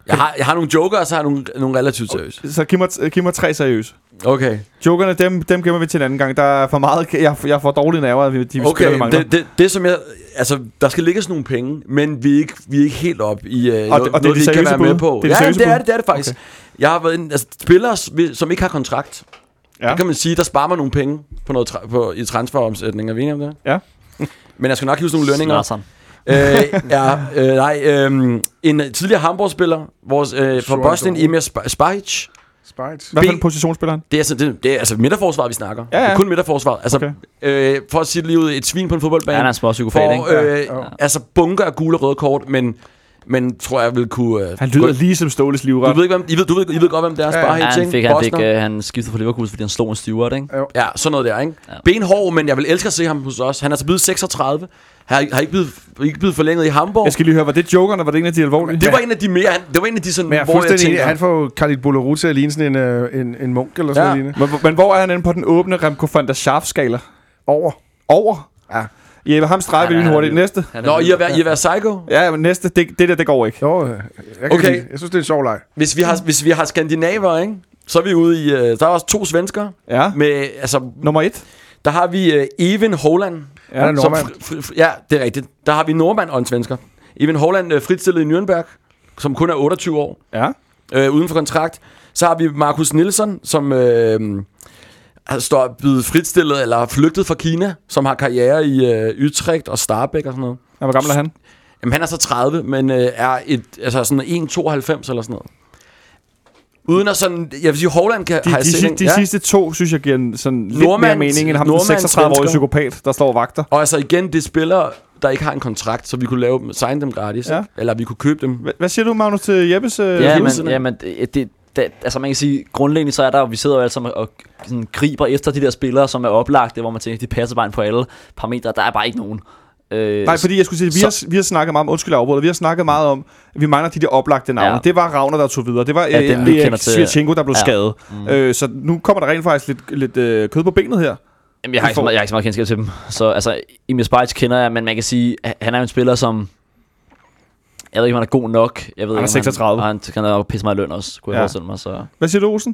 Jeg har, jeg har nogle joker, og så har jeg nogle, nogle relativt seriøse. Så giv mig, giv mig tre seriøse. Okay. Jokerne, dem, dem gemmer vi til en anden gang. Der er for meget... Jeg, jeg får dårlige nerver, at vi, de Okay, spiller, vi mangler. det, det, det som jeg... Altså, der skal ligges nogle penge, men vi er ikke, vi er ikke helt op i uh, og, noget, og det er de vi kan være bud. med på. Det er de ja, det er bud. det, det er det faktisk. Okay. Jeg har været en, altså, spillere, som ikke har kontrakt. Ja. Der kan man sige, der sparer man nogle penge på noget tra- på, i transferomsætning. Er vi enige om det? Ja. Men jeg skal nok hive nogle lønninger. Sådan. øh, ja, øh, nej, øh, en tidligere Hamburg-spiller, vores øh, fra Bosnien, Emir Spajic. Spites. Hvad for en positionsspiller han? Det er, altså, det, det er altså midterforsvaret, vi snakker. Ja, ja. Det er kun midterforsvaret. Altså, Okay. øh, for at sige det lige ud, et svin på en fodboldbane. Ja, han er en små psykopat, ikke? For, øh, Ja. altså bunker af gule og røde kort, men, men tror jeg vil kunne... Øh, Han lyder gå- lige som Ståles Du livret. ved ikke, hvem, I, ved, du ved, I ved godt, hvem det er, Ja, Spajic, Ja, han ikke? fik, han, fik, Bosner. øh, han skiftede fra Liverpool, fordi han slog en steward, ikke? Ja, sådan noget der, ikke? Ja. Benhård, men jeg vil elske at se ham hos os. Han er så blevet seksogtredive. Har, har ikke, blevet, ikke blevet forlænget i Hamburg. Jeg skal lige høre, var det jokerne, var det en af de alvorlige? Det var en af de mere... Han, det var en af de sådan, Men jeg er hvor jeg fuldstændig enig. tænker... Han får Khalid Boularou til at ligne sådan en, øh, en, en munk eller sådan Ja. noget lignende. Men, men hvor er han inde på den åbne Remco van der Schaaf-skala? Over. Over? Ja. Jeppe, ham streger vi Ja, lige han er hurtigt. vild. Næste. Han er Nå, vild. I er været, I er været psycho? Ja, men næste, det, det der, det går ikke. Jo, øh, jeg, kan Okay. lide. Jeg synes, det er en sjov leg. Hvis vi har, hvis vi har skandinaver, ikke? Så er vi ude i... Uh, der er også to svenskere. Ja. Med, altså, Nummer et. der har vi uh, Even Holland. Ja, Han er Som nordmand. fri, fri, ja, det er rigtigt. Der har vi en nordmand og en svensker. Even Holland uh, fritstillet i Nürnberg, som kun er otteogtyve år. Ja. Øh, uden for kontrakt. Så har vi Markus Nilsson, som øh, står blevet fritstillet eller flygtet fra Kina, som har karriere i øh, Utrecht og Starbæk og sådan noget. Ja, hvor gammel er han? Jamen, han er så tredive, men øh, er et, altså sådan en komma tooghalvfems eller sådan noget. Uden at sådan... Jeg vil sige, Holland kan... De, har de, jeg de, set de en- ja. sidste to, synes jeg, giver en sådan lidt Nordmand- mere mening, end ham den nordmand, seksogtredive-årige svensker. psykopat, der står og vagter. Og altså igen, det er spillere, der ikke har en kontrakt, så vi kunne lave dem, signe dem gratis. Ja. Ja. Eller vi kunne købe dem. Hva- Hvad siger du, Magnus, til Jeppes? Øh, Ja, men, hjemmesiden. ja, men det, det, det, altså man kan sige, grundlæggende så er der jo, vi sidder jo alle sammen og sådan, griber efter de der spillere, som er oplagte, hvor man tænker, de passer bare ind på alle parametre. Der er bare ikke nogen. Øh, Nej, fordi jeg skulle sige, vi har, vi har snakket meget om, undskyld jeg afbryder, vi har snakket meget om, at vi mangler de der oplagte navne. Ja. Det var Ragnar, der tog videre. Det var Ja, øh, dem, vi Erik kender til. Svirchenko, der blev Ja. skadet. Mm. Øh, så nu kommer der rent faktisk lidt, lidt øh, kød på benet her. Jamen, jeg har, ikke så meget, jeg har ikke så meget kendskab til dem. Så altså, Emil Spajic kender jeg, men man kan sige, at han er jo en spiller, som... Jeg ved ikke, om han er god nok. Jeg ved Han er ikke, om seksogtredive. Han, og han kan jo pisse meget i løn også, kunne jeg Ja. forestille mig. Så. Hvad siger du, Olsen?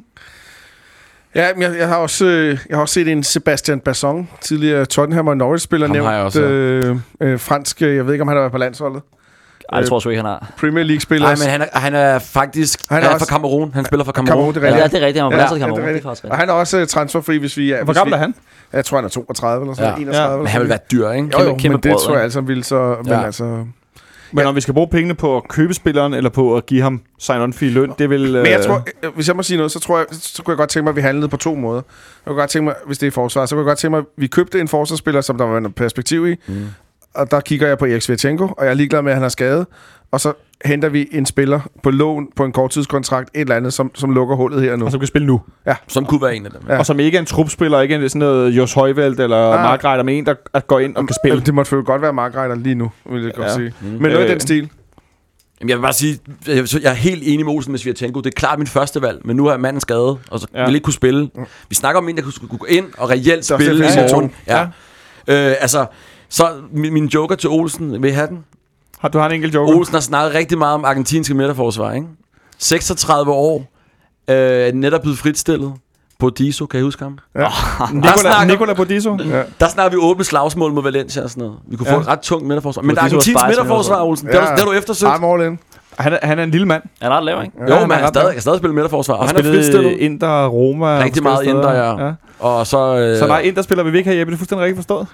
Ja, men jeg, jeg, har også, øh, jeg har også set en Sebastian Basson, tidligere Tottenham og Norwich-spiller, Ham har nævnt jeg også, ja. øh, øh, fransk, øh, jeg ved ikke, om han har været på landsholdet. Ej, det tror jeg sgu ikke, han har. Premier League-spiller. Nej, men han er, han er faktisk... Han Han er er, også- fra Cameroun. Han spiller for Cameroun. Cameroun, det er Ja, rigtigt. det er rigtigt, han var på Ja, landsholdet i ja, Cameroun. det er Det er faktisk Og rigtigt. han er også øh, transferfri, hvis vi er... Hvor hvis gammel vi, er han? Jeg tror, han er toogtredive eller sådan Ja. noget. enogtredive Ja. eller Men han vil sådan være dyr, ikke? noget. Jo, jo, Kæmpe- kæmpe men det brød, tror jeg ikke? altså ville så... Men Ja. altså... Men Ja. om vi skal bruge pengene på at købe spilleren, eller på at give ham sign-on-fee løn, det vil... Øh, Men jeg tror, øh, hvis jeg må sige noget, så tror jeg, så kunne jeg godt tænke mig, at vi handlede på to måder. Jeg kunne godt tænke mig, hvis det er forsvar, så kunne jeg godt tænke mig, at vi købte en forsvarsspiller, som der var en perspektiv i. Mm. Og der kigger jeg på Erik Svirchenko, og jeg er ligeglad med, at han er skadet. Og så henter vi en spiller på lån på en korttidskontrakt, et eller andet, som, som lukker hullet her nu. og som kan spille nu. Som kunne være en af dem. Ja. Og som ikke er en trupspiller, ikke en sådan noget Jos Højvelt eller Ah. Margreiter, men en, der at går ind og kan spille. Eller, det måtte jo godt være Margreiter lige nu, vil jeg godt Ja. sige. Mm. Men noget i Øh. den stil. Jamen, jeg vil bare sige, jeg jeg er helt enig med Olsen med Svirchenko. Det er klart mit første valg, men nu er manden skadet, og så Ja. ja. vil ikke kunne spille. Vi snakker om en, der kunne kunne gå ind og reelt Så spille det i er morgen. to. Ja. Øh, altså, så min, min joker til Olsen, vil I have den? Har du har en enkelt joker? Olsen har snakket rigtig meget om argentinske midterforsvar, ikke? seksogtredive år, øh, netop blevet fritstillet. Bodiso, kan I huske ham? Ja. Nicola, snakker- Nicola Bodiso? Ja. Der snakker vi åbne slagsmål mod Valencia og sådan noget. Vi kunne Ja. få et ret tungt midterforsvar. Men der er Bodiso argentinsk var midterforsvar, midterforsvar. Olsen. Det har, Ja. du- det har du eftersøgt. I'm all in. Han er, han er en lille mand. Han er ret lav, ikke? Jo, han men er han ret stadig, lav. kan stadig spille midterforsvar. Og Og han er spillede fritstillet. Inter, Roma. Rigtig og meget forskellige Inter, steder. ja. Og så... Øh, Så nej, Inter spiller vi ikke her, Jeppe. Det er fuldstændig rigtigt forstået.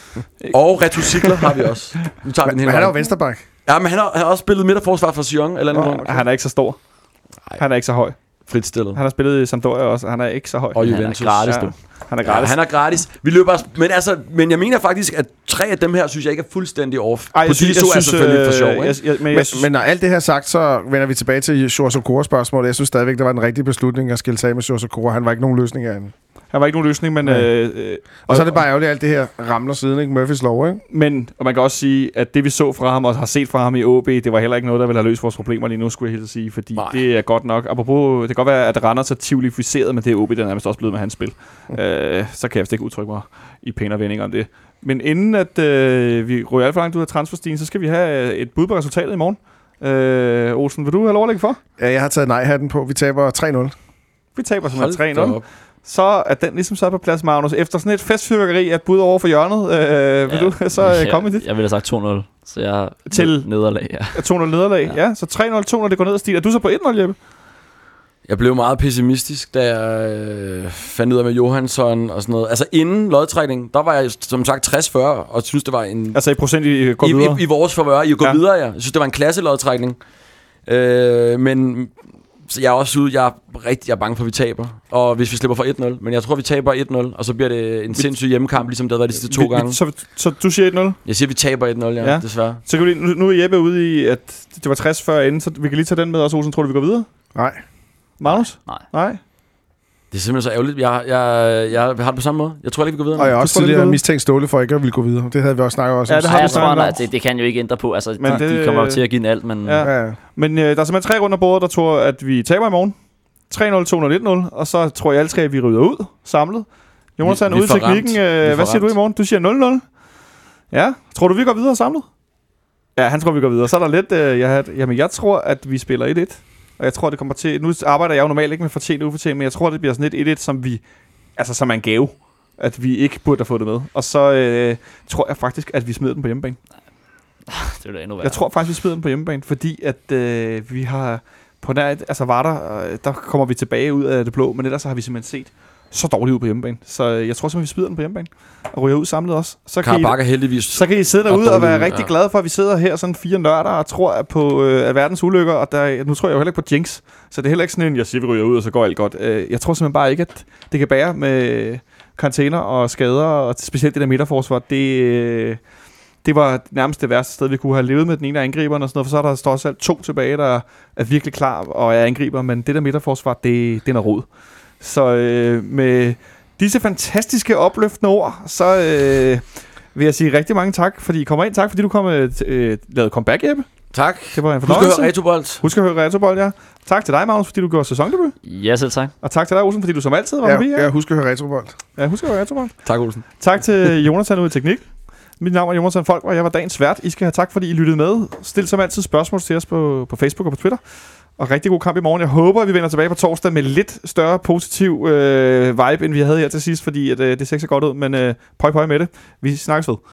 Og retrocykler har vi også. Nu tager vi den Men hele han er jo vejen. vensterbak. Ja, men han har, han har også spillet midterforsvar for Sion, eller noget. Okay. Han er ikke så stor. Han er ikke så høj. Fritstillet. Han har spillet i Sampdoria også, og han er ikke så høj. Og Han er Juventus. gratis, Ja. du. Han er Ja, gratis. han er gratis. Vi løber også, men altså, men jeg mener faktisk, at tre af dem her, synes jeg ikke er fuldstændig off. Ej, jeg synes, Bodiso jeg er synes, selvfølgelig for sjov, øh, ikke? jeg, jeg, men jeg Men, synes, men når alt det her sagt, så vender vi tilbage til Sjors Okora-spørgsmålet. Jeg synes stadigvæk, det var den rigtige beslutning at skille sig af med Sjors Okora. Han var ikke nogen løsning af den. han var ikke nogen løsning, men... Nej. Øh, øh, Og så er det bare ærgerligt, at alt det her ramler siden, ikke? Murphys lov, ikke? Men, og man kan også sige, at det vi så fra ham og har set fra ham i O B, det var heller ikke noget, der ville have løst vores problemer lige nu, skulle jeg helt sige, fordi Nej. det er godt nok. Apropos, det kan godt være, at Randers er tivolificeret med det O B, der er nærmest også blevet med hans spil. Mm. Øh, så kan jeg vist ikke udtrykke mig i pænere vendinger om det. Men inden at øh, vi ryger alt for langt ud af transferstien, så skal vi have et bud på resultatet i morgen. Øh, Olsen, vil du have lov at lægge for? Ja, jeg har taget nej-hatten på. Vi taber tre nul. Vi taber simpelthen tre Hold da nul. op. Så er den ligesom sat på plads, Magnus. Efter sådan et festfyrværkeri af et bud over for hjørnet, øh, vil Ja. du så øh, komme med dit? Jeg ville have sagt to nul, så jeg Til- nederlag, ja. to nul nederlag, ja. ja. Så tre nul, to nul, det går ned og stiger. Er du så på et nul, Jeppe? Jeg blev meget pessimistisk, da jeg øh, fandt ud af med Johansson og sådan noget. Altså inden lodtrækning, der var jeg som sagt tres fyrre, og synes det var en... Altså i procent, I går I, videre? i, i vores forvør, I går Ja. ja. videre, ja. Jeg synes, det var en klasse lodtrækning. Øh, men så jeg er også ude, jeg er rigtig jeg er bange for, at vi taber. Og hvis vi slipper for et nul. Men jeg tror, vi taber et nul, og så bliver det en sindssyg hjemmekamp, ligesom det har været de sidste to Vi- vi- gange. Så, så du siger et nul? Jeg siger, vi taber et nul, ja, Ja. ja. desværre. Så kan vi, nu, nu er Jeppe ude i, at det var tres fyrre inden, så vi kan lige tage den med også, Olsen. Tror du, vi går videre? Nej. Magnus? Nej. Nej. Det er simpelthen så ærgerligt. Jeg, jeg, jeg har det på samme måde. Jeg tror ikke, vi går videre. Og jeg har Du også tror, det er tidligere gået? mistænkt Ståle for ikke at ville gå videre. Det havde vi også snakket også Ja, om. det har Ej, vi jeg snakket tror, om. at det, det kan jo ikke ændre på. Altså, Men de, det- de kommer jo til at give den alt, men... Ja. Ja, ja. Men øh, der er simpelthen tre runder på bordet, der tror, at vi taber i morgen. tre nul, to nul, et nul. Og så tror jeg alle tre, at vi ryger ud samlet. Jonathan Vi- vi ude i får teknikken. ramt. Vi Øh, får hvad siger du ramt. i morgen? Du siger nul nul. Ja. Tror du, vi går videre samlet? Ja, han tror, vi går videre. Så er der lidt... Øh, jeg, har- jamen, jeg tror, at vi spiller et et. Og jeg tror, det kommer til... Nu arbejder jeg jo normalt ikke med fortjent og ufortjent, men jeg tror, det bliver sådan et et et, som vi... Altså, som er en gave. At vi ikke burde have fået det med. Og så øh, tror jeg faktisk, at vi smider den på hjemmebane. Det er da endnu værre. Jeg tror faktisk, vi smider den på hjemmebane, fordi at øh, vi har på nær, altså var der, øh, der kommer vi tilbage ud af det blå, men ellers så har vi simpelthen set så dårligt ud på hjemmebane. Så øh, jeg tror simpelthen, vi smider den på hjemmebane og ryger ud samlet også. Så kan, I, Karabak er heldigvis... så kan I sidde Og derude og være dårlig ud, rigtig ja. glade for, at vi sidder her sådan fire nørder og tror på øh, at verdens ulykker, og der, nu tror jeg jo heller ikke på jinx, så det er heller ikke sådan en, jeg siger, vi ryger ud, og så går alt godt. Øh, jeg tror simpelthen bare ikke, at det kan bære med karantæner og skader, og specielt det der midterforsvar, det... Øh, Det var nærmest det værste sted, vi kunne have levet med den ene af angriberne og sådan noget, for så er der trods alt to tilbage, der er virkelig klar og er angriber, men det der midterforsvar, det, det er noget rod. Så øh, med disse fantastiske opløftende ord, så øh, vil jeg sige rigtig mange tak, fordi I kommer ind. Tak, fordi du kom øh, øh, lavede comeback, Jeppe. Tak. Det var en Husk at fornøjelse. høre Retrobold. Husk at høre Retrobold, ja. Tak til dig, Magnus, fordi du gjorde sæsondebut. Ja, selv tak. Og tak til dig, Olsen, fordi du som altid var Ja, forbi. jeg husker at høre Retrobold. Ja, husk at høre Retrobold. Tak, Olsen. Tak til Jonathan ude i teknik. Mit navn er Jonathan Folk, og jeg var dagens vært. I skal have tak, fordi I lyttede med. Stil som altid spørgsmål til os på, på Facebook og på Twitter. Og rigtig god kamp i morgen. Jeg håber, at vi vender tilbage på torsdag med lidt større positiv øh, vibe, end vi havde her til sidst, fordi at, øh, det ser ikke så godt ud. Men øh, pøj pøj med det. Vi snakkes ved.